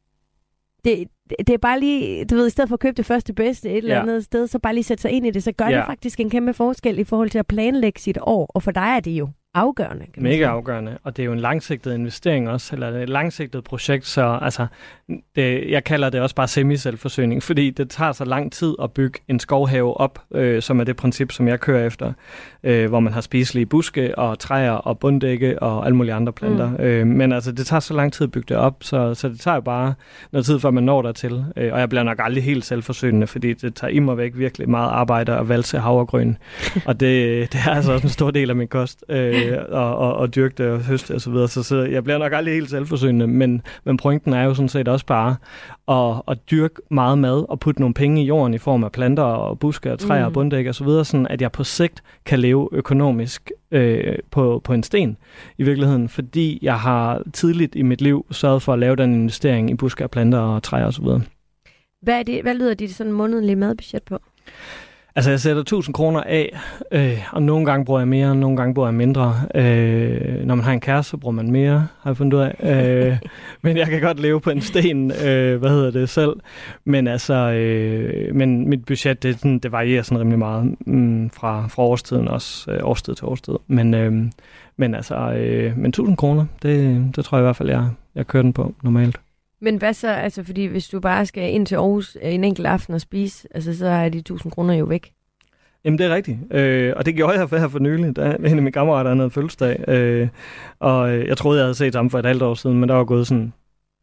Det, det er bare lige, du ved, i stedet for at købe det første bedste et eller ja. andet sted, så bare lige sætte sig ind i det, så gør ja. det faktisk en kæmpe forskel i forhold til at planlægge sit år. Og for dig er det jo afgørende. Mega afgørende, og det er jo en langsigtet investering også, eller et langsigtet projekt, så altså, det, jeg kalder det også bare semi-selvforsyning, fordi det tager så lang tid at bygge en skovhave op, øh, som er det princip, som jeg kører efter, øh, hvor man har spiselige buske og træer og bunddække og alle mulige andre planter. Mm. Øh, men altså, det tager så lang tid at bygge det op, så, så det tager jo bare noget tid, før man når dertil. Øh, og jeg bliver nok aldrig helt selvforsynende, fordi det tager i mig væk virkelig meget arbejde at valse havregryn. og det, det er altså også en stor del af min kost. Øh, Og, og, og dyrke det og høste og så videre. Så, så jeg bliver nok aldrig helt selvforsynende, men, men pointen er jo sådan set også bare at, at dyrke meget mad og putte nogle penge i jorden i form af planter og buske og træer mm. og bunddæk og så videre, sådan at jeg på sigt kan leve økonomisk øh, på, på en sten i virkeligheden, fordi jeg har tidligt i mit liv sørget for at lave den investering i buske og planter og træer og så videre. Hvad, er det, hvad lyder dit sådan månedlige madbudget på? Altså, jeg sætter tusind kroner af, øh, og nogle gange bruger jeg mere, og nogle gange bruger jeg mindre. Øh, når man har en kæreste, så bruger man mere, har jeg fundet ud af. Øh, men jeg kan godt leve på en sten, øh, hvad hedder det selv. Men altså, øh, men mit budget, det, sådan, det varierer sådan rimelig meget mm, fra, fra årstiden også, øh, årstid til årstid. Men, øh, men altså, øh, men tusind kroner, det, det tror jeg i hvert fald, jeg, jeg kører den på normalt. Men hvad så, altså fordi hvis du bare skal ind til Aarhus en enkelt aften og spise, altså så er de tusind kroner jo væk. Jamen det er rigtigt, øh, og det gjorde jeg for her for nylig, da en af mine kammerater havde fødselsdag, øh, og jeg troede, jeg havde set ham for et halvt år siden, men der var gået sådan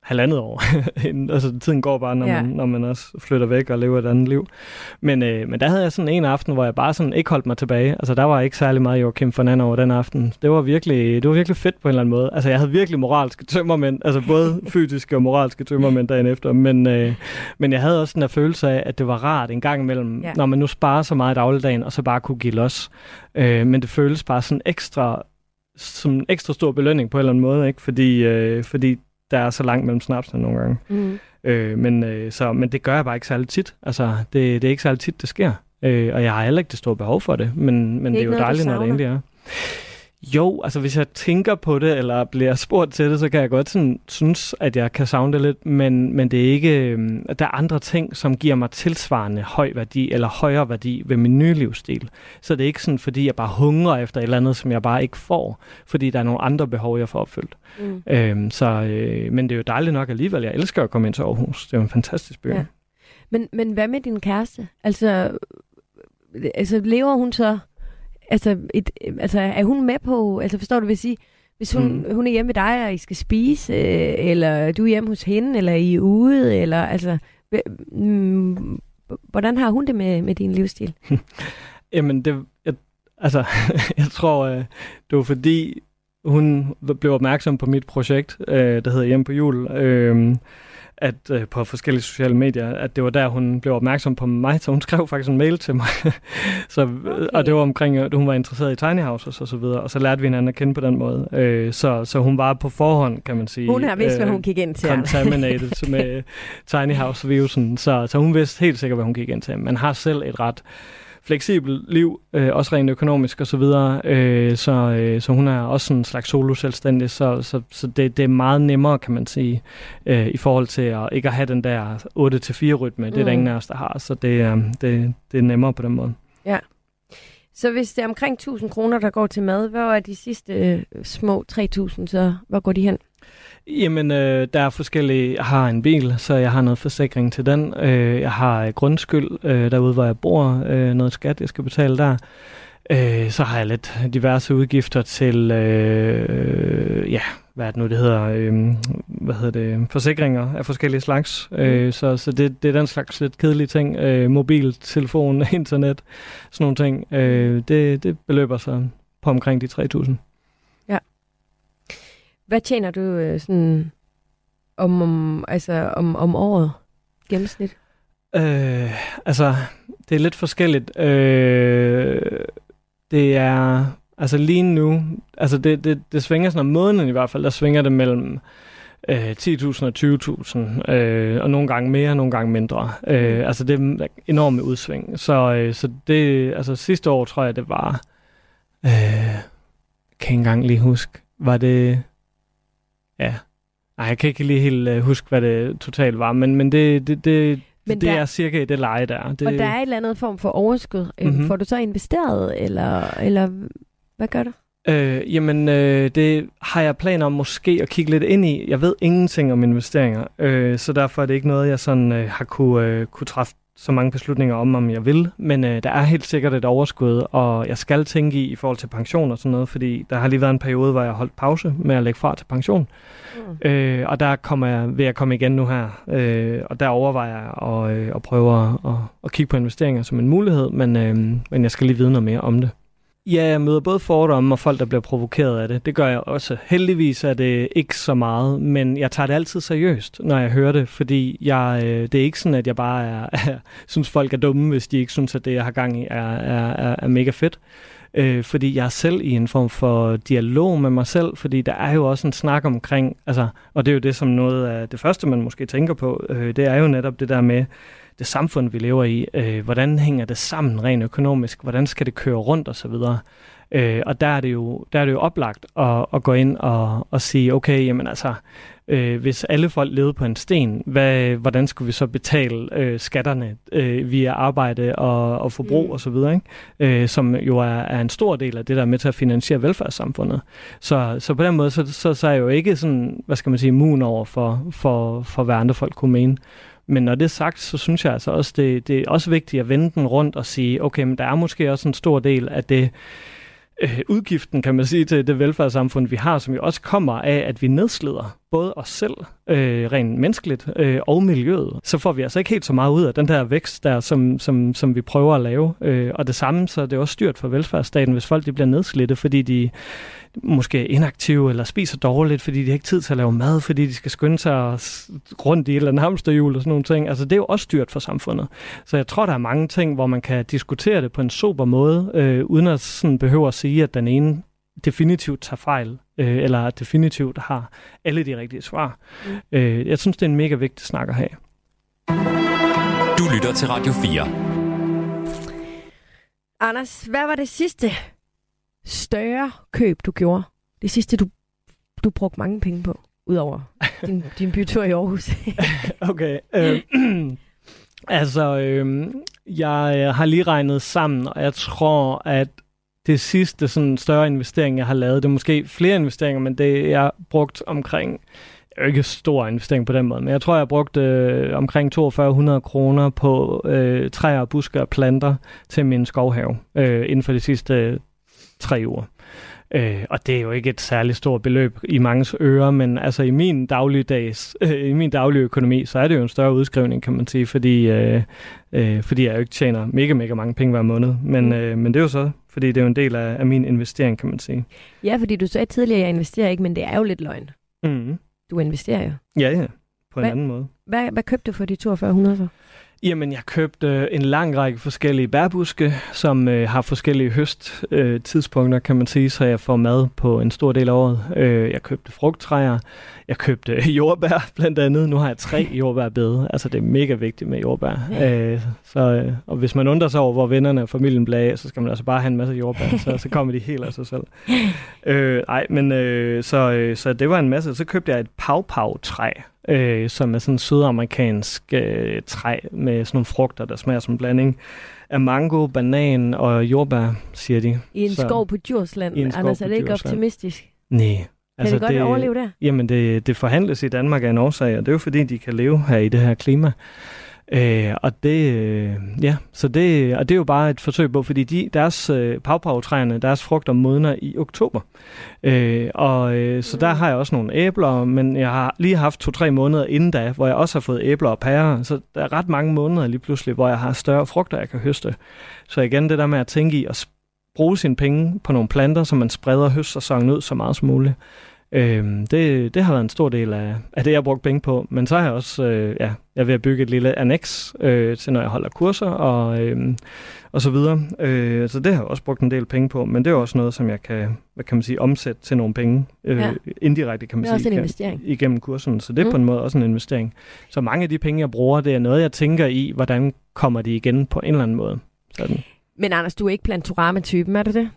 halvandet år. Altså, tiden går bare, når, ja. man, når man også flytter væk og lever et andet liv. Men, øh, men der havde jeg sådan en aften, hvor jeg bare sådan ikke holdt mig tilbage. Altså, der var ikke særlig meget Joachim von Anna over den aften. Det var virkelig, det var virkelig fedt på en eller anden måde. Altså, jeg havde virkelig moralske tømmermænd, altså både fysiske og moralske tømmermænd dagen efter. Men, øh, men jeg havde også den der følelse af, at det var rart en gang imellem, ja. når man nu sparer så meget i dagligdagen, og så bare kunne give los. Øh, men det føles bare sådan ekstra, som en ekstra stor belønning på en eller anden måde, ikke? Fordi, øh, fordi der er så langt mellem snapsene nogle gange. Mm. Øh, men, øh, så, men det gør jeg bare ikke særlig tit. Altså, det, det er ikke særlig tit, det sker. Øh, og jeg har heller ikke det store behov for det. Men, men det er, det er jo noget, dejligt, når det endelig er. Jo, altså hvis jeg tænker på det, eller bliver spurgt til det, så kan jeg godt sådan, synes, at jeg kan savne det lidt, men, men det er ikke, øh, der er andre ting, som giver mig tilsvarende høj værdi, eller højere værdi ved min nye livsstil. Så det er ikke sådan, fordi jeg bare hungrer efter et eller andet, som jeg bare ikke får, fordi der er nogle andre behov, jeg får opfyldt. Mm. Øh, så, øh, men det er jo dejligt nok alligevel. Jeg elsker at komme ind til Aarhus. Det er jo en fantastisk by. Ja. Men, men hvad med din kæreste? Altså, altså lever hun så... Altså, et, altså, er hun med på, altså forstår du, hvad jeg sige, hvis hun, mm. hun er hjemme ved dig, og I skal spise, øh, eller du er hjemme hos hende, eller I er ude, eller altså, mm, hvordan har hun det med, med din livsstil? Jamen, det, jeg, altså, jeg tror, øh, det var fordi, hun blev opmærksom på mit projekt, øh, der hedder Hjemme på Jul, øh, at øh, på forskellige sociale medier, at det var der, hun blev opmærksom på mig, så hun skrev faktisk en mail til mig. så, okay. Og det var omkring, at hun var interesseret i tiny houses og så videre, og så lærte vi hinanden at kende på den måde. Øh, så, så hun var på forhånd, kan man sige, hun har vidst, øh, hvad hun gik ind til. Contaminated med tiny house-virusen, så, så hun vidste helt sikkert, hvad hun gik ind til. Man har selv et ret fleksibelt liv, øh, også rent økonomisk og så videre, øh, så, øh, så hun er også en slags solo-selvstændig, så, så, så det, det er meget nemmere, kan man sige, øh, i forhold til at ikke at have den der otte til fire rytme, det er mm. der ingen af os, der har, så det, øh, det, det er nemmere på den måde. Ja. Så hvis det er omkring tusind kroner, der går til mad, hvad er de sidste øh, små tre tusind, så hvor går de hen? Jamen, øh, der er forskellige. Jeg har en bil, så jeg har noget forsikring til den. Øh, jeg har grundskyld øh, derude, hvor jeg bor. Øh, noget skat, jeg skal betale der. Øh, så har jeg lidt diverse udgifter til, øh, ja, hvad er det nu, det hedder, øh, hvad hedder det, forsikringer af forskellige slags. Mm. Øh, så så det, det er den slags lidt kedelige ting. Øh, mobil, telefon, internet, sådan nogle ting. Øh, det, det beløber sig på omkring de tre tusind. Hvad tjener du øh, sådan om, om, altså om, om året gennemsnit? Øh, altså, det er lidt forskelligt. Øh, det er, altså lige nu, altså det, det, det svinger sådan om måneden i hvert fald, der svinger det mellem øh, ti tusind og tyve tusind, øh, og nogle gange mere, nogle gange mindre. Øh, altså det er enorme udsving. Så, øh, så det, altså sidste år tror jeg, det var, øh, kan ikke engang lige huske, var det... Ja, nej, jeg kan ikke lige helt uh, huske, hvad det totalt var, men, men det, det, det, men det der, er cirka i det leje, der er. Det, og der er et eller andet form for overskud. Mm-hmm. Får du så investeret, eller, eller hvad gør du? Øh, jamen, øh, det har jeg planer om måske at kigge lidt ind i. Jeg ved ingenting om investeringer, øh, så derfor er det ikke noget, jeg sådan øh, har kunne, øh, kunne træffe så mange beslutninger om, om jeg vil. Men øh, der er helt sikkert et overskud, og jeg skal tænke i i forhold til pension og sådan noget, fordi der har lige været en periode, hvor jeg har holdt pause med at lægge fra til pension. Mm. Øh, og der kommer jeg, vil jeg komme igen nu her, øh, og der overvejer jeg at, øh, at prøve at, at, at kigge på investeringer som en mulighed, men, øh, men jeg skal lige vide noget mere om det. Ja, jeg møder både fordomme og folk, der bliver provokeret af det. Det gør jeg også. Heldigvis er det ikke så meget, men jeg tager det altid seriøst, når jeg hører det, fordi jeg, øh, det er ikke sådan, at jeg bare er, er, synes, folk er dumme, hvis de ikke synes, at det, jeg har gang i, er, er, er mega fedt. Øh, fordi jeg er selv i en form for dialog med mig selv, fordi der er jo også en snak omkring, altså, og det er jo det, som noget af det første, man måske tænker på, øh, det er jo netop det der med, det samfund, vi lever i, øh, hvordan hænger det sammen rent økonomisk, hvordan skal det køre rundt og så videre. Øh, og der er det jo, der er det jo oplagt at, at gå ind og, og sige, okay, jamen altså, øh, hvis alle folk levede på en sten, hvad, hvordan skulle vi så betale øh, skatterne øh, via arbejde og, og forbrug mm. og så videre, ikke? Øh, som jo er, er en stor del af det, der er med til at finansiere velfærdssamfundet. Så, så på den måde, så, så, så er jeg jo ikke sådan, hvad skal man sige, immun over for, for, for hvad andre folk kunne mene. Men når det er sagt, så synes jeg altså også, det, det er også vigtigt at vende den rundt og sige, okay, men der er måske også en stor del af det, øh, udgiften, kan man sige, til det velfærdssamfund, vi har, som jo også kommer af, at vi nedslider både os selv, øh, rent menneskeligt, øh, og miljøet. Så får vi altså ikke helt så meget ud af den der vækst, der, som, som, som vi prøver at lave. Øh, og det samme, så er det også styrt for velfærdsstaten, hvis folk de bliver nedslidte, fordi de måske er inaktive eller spiser dårligt, fordi de har ikke tid til at lave mad, fordi de skal skynde sig rundt i et eller andet hamsterhjul og sådan nogle ting. Altså det er jo også styrt for samfundet. Så jeg tror, der er mange ting, hvor man kan diskutere det på en sober måde, øh, uden at sådan behøve at sige, at den ene definitivt tager fejl, øh, eller definitivt har alle de rigtige svar. Mm. Øh, jeg synes, det er en mega vigtig snak at have. Du lytter til Radio fire. Anders, hvad var det sidste større køb, du gjorde? Det sidste, du, du brugte mange penge på, udover din, din bytur i Aarhus. Okay. Øh, altså, øh, jeg har lige regnet sammen, og jeg tror, at det sidste sådan større investering, jeg har lavet, det er måske flere investeringer, men det jeg har brugt omkring, jo ikke stor investering på den måde, men jeg tror, jeg har brugt øh, omkring toogfyrre hundrede kroner på øh, træer, busker og planter til min skovhave øh, inden for de sidste øh, tre uger. Øh, og det er jo ikke et særligt stort beløb i manges ører, men altså i min dagligdags, øh, i min daglige økonomi, så er det jo en større udskrivning, kan man sige, fordi, øh, øh, fordi jeg jo ikke tjener mega, mega mange penge hver måned. Men, mm. øh, men det er jo så, fordi det er jo en del af, af min investering, kan man sige. Ja, fordi du sagde tidligere, at jeg investerer ikke, men det er jo lidt løgn. Mm. Du investerer jo. Ja, ja. På en hvad, anden måde. Hvad, hvad købte du for de toogfyrre hundrede så? Jamen, jeg købte en lang række forskellige bærbuske, som øh, har forskellige høsttidspunkter, øh, kan man sige, så jeg får mad på en stor del af året. Øh, jeg købte frugttræer, jeg købte jordbær blandt andet. Nu har jeg tre jordbærbede. Altså, det er mega vigtigt med jordbær. Ja. Øh, så, øh, og hvis man undrer sig over, hvor vennerne og familien bliver af, så skal man altså bare have en masse jordbær, så, så kommer de helt af sig selv. Øh, nej, men øh, så, øh, så det var en masse. Så købte jeg et pawpaw-træ. Øh, som er sådan en sydamerikansk øh, træ med sådan nogle frugter, der smager som en blanding af mango, banan og jordbær, siger de. I en så, skov på Djursland. Anders, er det ikke optimistisk? Nej. Kan altså, det godt det, overleve der? Jamen, det, det forhandles i Danmark af en årsag, og det er jo fordi, de kan leve her i det her klima. Øh, og det, øh, ja, så det, og det er jo bare et forsøg på, fordi de, deres øh, pawpaw-træerne, deres frugter modner i oktober. Øh, og øh, så der har jeg også nogle æbler, men jeg har lige haft to-tre måneder inden da, hvor jeg også har fået æbler og pærer, så der er ret mange måneder lige pludselig, hvor jeg har større frugter, jeg kan høste. Så igen, det der med at tænke i at bruge sine penge på nogle planter, så man spreder høstsæsonen ud så meget som muligt. Øhm, det, det har været en stor del af, af det, jeg har brugt penge på. Men så har jeg også, øh, ja, jeg er ved at bygge et lille annex øh, til, når jeg holder kurser og, øh, og så videre. Øh, så det har jeg også brugt en del penge på. Men det er også noget, som jeg kan, hvad kan man sige, omsætte til nogle penge. Øh, ja. Indirekte, kan man sige. Det er sige, også en investering. Igennem kurserne. Så det er mm. på en måde også en investering. Så mange af de penge, jeg bruger, det er noget, jeg tænker i, hvordan kommer de igen på en eller anden måde. Sådan. Men Anders, du er ikke Plantorama-typen, er du det?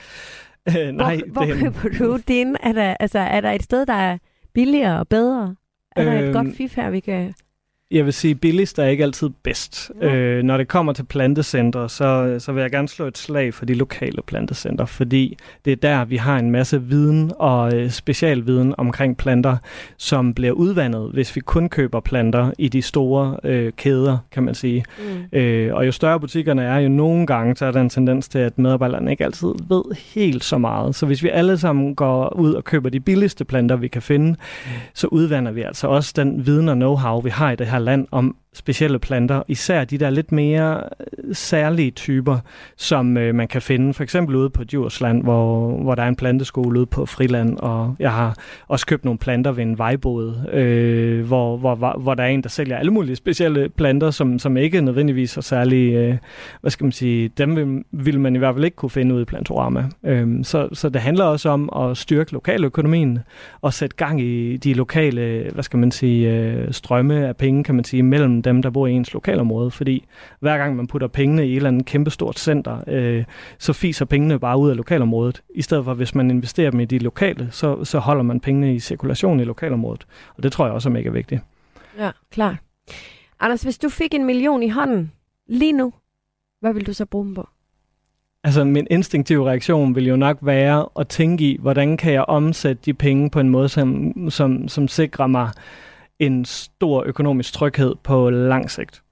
Øh, nej, hvor hvor køber du din? Er der, altså, er der et sted, der er billigere og bedre? Er der øh, et godt fif her, vi kan... Jeg vil sige, billigst er ikke altid bedst. Ja. Øh, når det kommer til plantecentre, så, så vil jeg gerne slå et slag for de lokale plantecentre, fordi det er der, vi har en masse viden og øh, specialviden omkring planter, som bliver udvandet, hvis vi kun køber planter i de store øh, kæder, kan man sige. Mm. Øh, og jo større butikkerne er, jo nogle gange, så er der en tendens til, at medarbejderne ikke altid ved helt så meget. Så hvis vi alle sammen går ud og køber de billigste planter, vi kan finde, mm. så udvander vi altså også den viden og know-how, vi har i det her land om specielle planter, især de der lidt mere særlige typer, som øh, man kan finde, for eksempel ude på Djursland, hvor, hvor der er en planteskole ude på Friland, og jeg har også købt nogle planter ved en vejbod, øh, hvor, hvor, hvor, hvor der er en, der sælger alle mulige specielle planter, som, som ikke nødvendigvis er særlig, øh, hvad skal man sige, dem vil, vil man i hvert fald ikke kunne finde ude i Plantorama. Øh, så, så det handler også om at styrke lokaløkonomien, og sætte gang i de lokale, hvad skal man sige, øh, strømme af penge, kan man sige, mellem dem, der bor i ens lokalområde, fordi hver gang man putter pengene i et eller andet kæmpestort center, øh, så fiser pengene bare ud af lokalområdet. I stedet for, hvis man investerer dem i de lokale, så, så holder man pengene i cirkulation i lokalområdet. Og det tror jeg også er mega vigtigt. Ja, klar. Anders, hvis du fik en million i hånden lige nu, hvad vil du så bruge dem på? Altså, min instinktive reaktion vil jo nok være at tænke i, hvordan kan jeg omsætte de penge på en måde, som, som, som sikrer mig en stor økonomisk tryghed på lang sigt.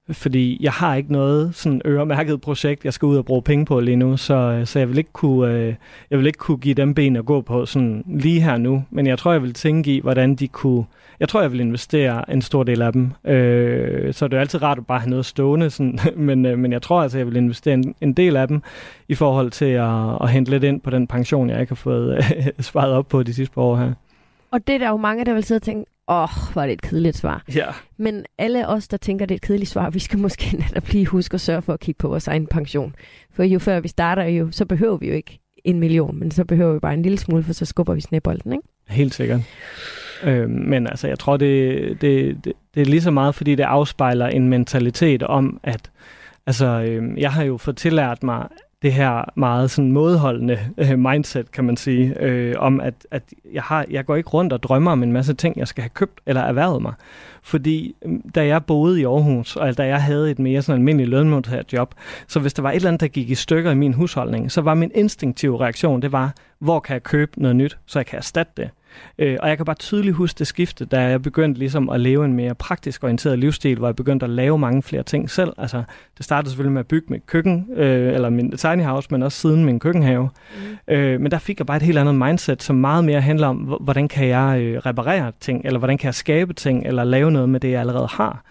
Fordi jeg har ikke noget sådan øremærket projekt, jeg skal ud og bruge penge på lige nu, så, så jeg vil ikke kunne, øh, jeg vil ikke kunne give dem ben at gå på sådan lige her nu. Men jeg tror, jeg vil tænke i, hvordan de kunne... Jeg tror, jeg vil investere en stor del af dem. Øh, så det er altid rart at bare have noget stående, sådan, men, øh, men jeg tror altså, jeg vil investere en, en del af dem i forhold til at, at hente lidt ind på den pension, jeg ikke har fået øh, sparet op på de sidste par år her. Og det er der jo mange, der vil sidde og tænke, åh, oh, var det et kedeligt svar. Ja. Men alle os, der tænker, det er et kedeligt svar, vi skal måske netop lige huske at sørge for at kigge på vores egen pension. For jo før vi starter, jo, så behøver vi jo ikke en million, men så behøver vi bare en lille smule, for så skubber vi snebolden, ikke? Helt sikkert. Øh, men altså, jeg tror, det, det, det, det er lige så meget, fordi det afspejler en mentalitet om, at altså, øh, jeg har jo fået tillært mig det her meget sådan modholdende øh, mindset, kan man sige, øh, om at, at jeg, har, jeg går ikke rundt og drømmer om en masse ting, jeg skal have købt eller erhvervet mig. Fordi da jeg boede i Aarhus, og da jeg havde et mere sådan almindeligt lønmodtagerjob, så hvis der var et eller andet, der gik i stykker i min husholdning, så var min instinktive reaktion, det var, hvor kan jeg købe noget nyt, så jeg kan erstatte det. Øh, og jeg kan bare tydeligt huske det skifte, da jeg begyndte ligesom at leve en mere praktisk orienteret livsstil, hvor jeg begyndte at lave mange flere ting selv. Altså, det startede selvfølgelig med at bygge mit køkken, øh, eller min tiny house, men også siden min køkkenhave. Mm. Øh, men der fik jeg bare et helt andet mindset, som meget mere handler om, hvordan kan jeg øh, reparere ting, eller hvordan kan jeg skabe ting, eller lave noget med det, jeg allerede har.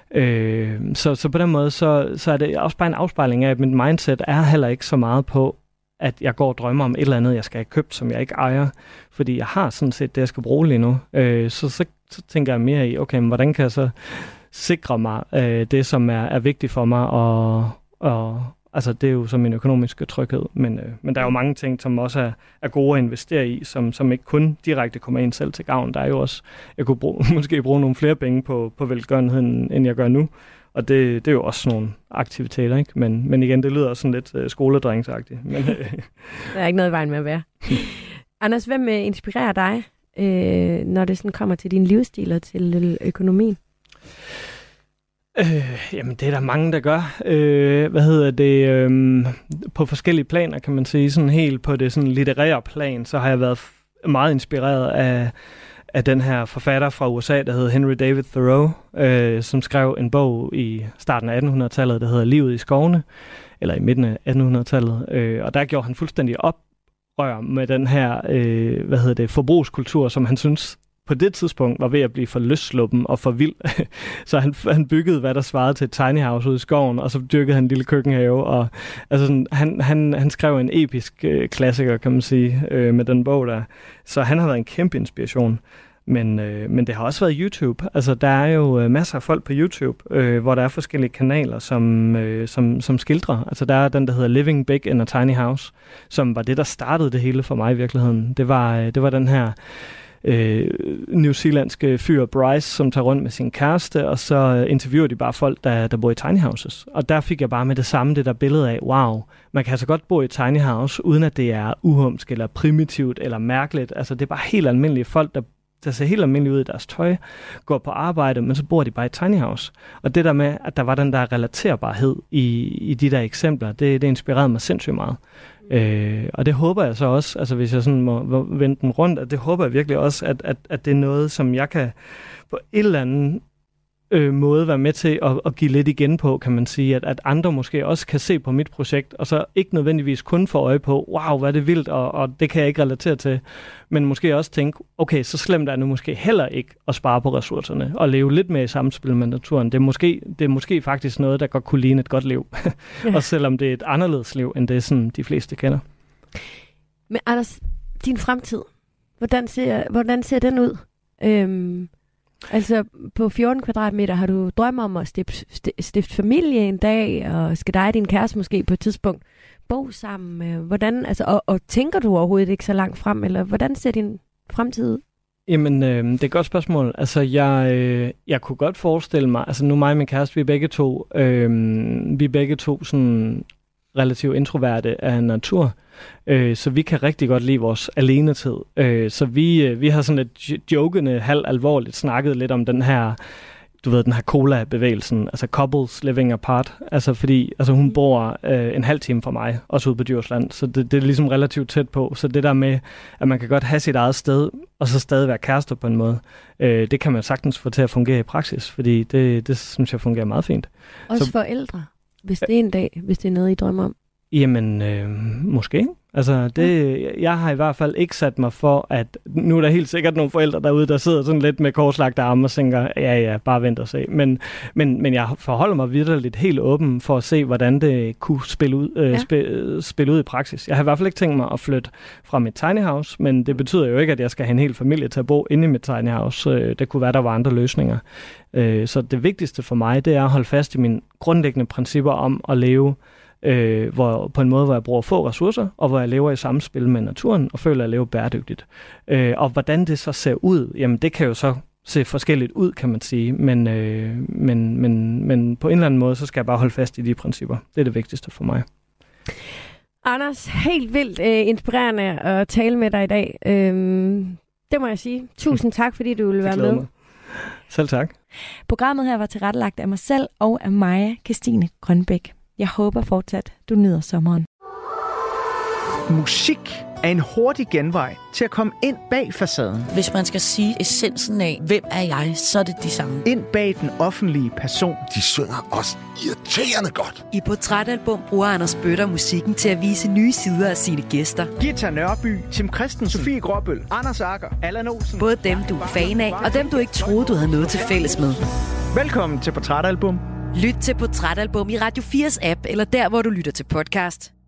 Øh, så, så på den måde, så, så er det også bare en afspejling af, at mit mindset er heller ikke så meget på, at jeg går og drømmer om et eller andet, jeg skal have købt, som jeg ikke ejer, fordi jeg har sådan set det, jeg skal bruge lige nu. Øh, så, så, så tænker jeg mere i, okay, men hvordan kan jeg så sikre mig øh, det, som er, er vigtigt for mig, og, og altså, det er jo så min økonomiske tryghed, men, øh, men der er jo mange ting, som også er, er gode at investere i, som, som ikke kun direkte kommer ind selv til gavn. Der er jo også, jeg kunne bruge, måske bruge nogle flere penge på, på velgørenheden, end jeg gør nu. Og det, det er jo også nogle aktiviteter, ikke? Men, men igen, det lyder også sådan lidt uh, skoledringsagtigt. Men, uh... Der er ikke noget i vejen med at være. Anders, hvem uh, inspirerer dig, uh, når det sådan kommer til din livsstil og til økonomien? Øh, jamen, det er der mange, der gør. Øh, hvad hedder det? Øh, på forskellige planer, kan man sige. Sådan helt på det sådan litterære plan, så har jeg været f- meget inspireret af af den her forfatter fra U S A, der hedder Henry David Thoreau, øh, som skrev en bog i starten af attenhundredetallet, der hedder Livet i skovene, eller i midten af attenhundredetallet. Øh, og der gjorde han fuldstændig oprør med den her øh, hvad hedder det, forbrugskultur, som han synes på det tidspunkt var ved at blive for løssluppen og for vild. Så han, han byggede, hvad der svarede til et tiny house ude i skoven, og så dyrkede han en lille køkkenhave. Og, altså sådan, han, han, han skrev en episk øh, klassiker, kan man sige, øh, med den bog der. Så han har været en kæmpe inspiration. Men, øh, men det har også været YouTube. Altså, der er jo øh, masser af folk på YouTube, øh, hvor der er forskellige kanaler, som, øh, som, som skildrer. Altså, der er den, der hedder Living Big in a Tiny House, som var det, der startede det hele for mig i virkeligheden. Det var, øh, det var den her øh, newzealandske fyr Bryce, som tager rundt med sin kæreste, og så øh, interviewer de bare folk, der, der bor i tiny houses. Og der fik jeg bare med det samme, det der billede af, wow, man kan altså godt bo i et tiny house, uden at det er uhumsk eller primitivt eller mærkeligt. Altså, det er bare helt almindelige folk, der der ser helt almindeligt ud i deres tøj, går på arbejde, men så bor de bare i tiny house. Og det der med, at der var den der relaterbarhed i, i de der eksempler, det, det inspirerede mig sindssygt meget. Øh, og det håber jeg så også, altså hvis jeg sådan må, må vende den rundt, at det håber jeg virkelig også, at, at, at det er noget, som jeg kan på et eller andet øh, måde være med til at, at give lidt igen på, kan man sige, at, at andre måske også kan se på mit projekt, og så ikke nødvendigvis kun få øje på, wow, hvad er det vildt, og, og det kan jeg ikke relatere til, men måske også tænke, okay, så slemt er det nu måske heller ikke at spare på ressourcerne, og leve lidt mere i samspil med naturen. Det er måske, det er måske faktisk noget, der godt kunne ligne et godt liv, ja. Og selvom det er et anderledes liv, end det sådan de fleste kender. Men Anders, din fremtid, hvordan ser, hvordan ser den ud? Øhm Altså, på fjorten kvadratmeter har du drømme om at stifte, stifte familie en dag, og skal dig og din kæreste måske på et tidspunkt bo sammen? Hvordan, altså, og, og tænker du overhovedet ikke så langt frem, eller hvordan ser din fremtid ud? Jamen, øh, det er et godt spørgsmål. Altså, jeg, øh, jeg kunne godt forestille mig, altså nu mig og min kæreste, vi er begge to, øh, vi er begge to sådan relativt introverte af natur, øh, så vi kan rigtig godt lide vores alenetid. Øh, så vi, øh, vi har sådan lidt jokende, halv alvorligt snakket lidt om den her du ved, den her cola-bevægelsen, altså couples living apart, altså fordi altså hun bor øh, en halv time fra mig, også ude på Djursland, så det, det er ligesom relativt tæt på, så det der med, at man kan godt have sit eget sted, og så stadig være kærester på en måde, øh, det kan man sagtens få til at fungere i praksis, fordi det, det synes jeg fungerer meget fint. Også så, forældre, hvis det er en dag, hvis det er noget, I drømmer om? Jamen, øh, måske. Altså, det, jeg har i hvert fald ikke sat mig for, at nu er der helt sikkert nogle forældre derude, der sidder sådan lidt med korslagte arme og tænker, ja, ja, bare vent og se. Men, men, men jeg forholder mig virkelig helt åben for at se, hvordan det kunne spille ud, øh, ja. spille, spille ud i praksis. Jeg har i hvert fald ikke tænkt mig at flytte fra mit tiny house, men det betyder jo ikke, at jeg skal have en hel familie til at bo inde i mit tiny house. Det kunne være, der var andre løsninger. Så det vigtigste for mig, det er at holde fast i mine grundlæggende principper om at leve Øh, hvor, på en måde, hvor jeg bruger få ressourcer, og hvor jeg lever i samspil med naturen, og føler, at jeg lever bæredygtigt. Øh, og hvordan det så ser ud, jamen det kan jo så se forskelligt ud, kan man sige, men, øh, men, men, men på en eller anden måde, så skal jeg bare holde fast i de principper. Det er det vigtigste for mig. Anders, helt vildt øh, inspirerende at tale med dig i dag. Øhm, det må jeg sige. Tusind tak, fordi du ville være med. Mig. Selv tak. Programmet her var tilrettelagt af mig selv og af Maja Kristine Grønbæk. Jeg håber fortsat, du nyder sommeren. Musik er en hurtig genvej til at komme ind bag facaden. Hvis man skal sige essensen af, hvem er jeg, så er det de samme. Ind bag den offentlige person. De synger også irriterende godt. I Portrætalbum bruger Anders Bøtter musikken til at vise nye sider af sine gæster. Gita Nørby, Tim Christensen, Sofie Gråbøl, Anders Agger, Allan Olsen. Både dem, du er fan af, og dem, du ikke troede, du havde noget til fælles med. Velkommen til Portrætalbum. Lyt til Portrætalbum i Radio fires app, eller der, hvor du lytter til podcast.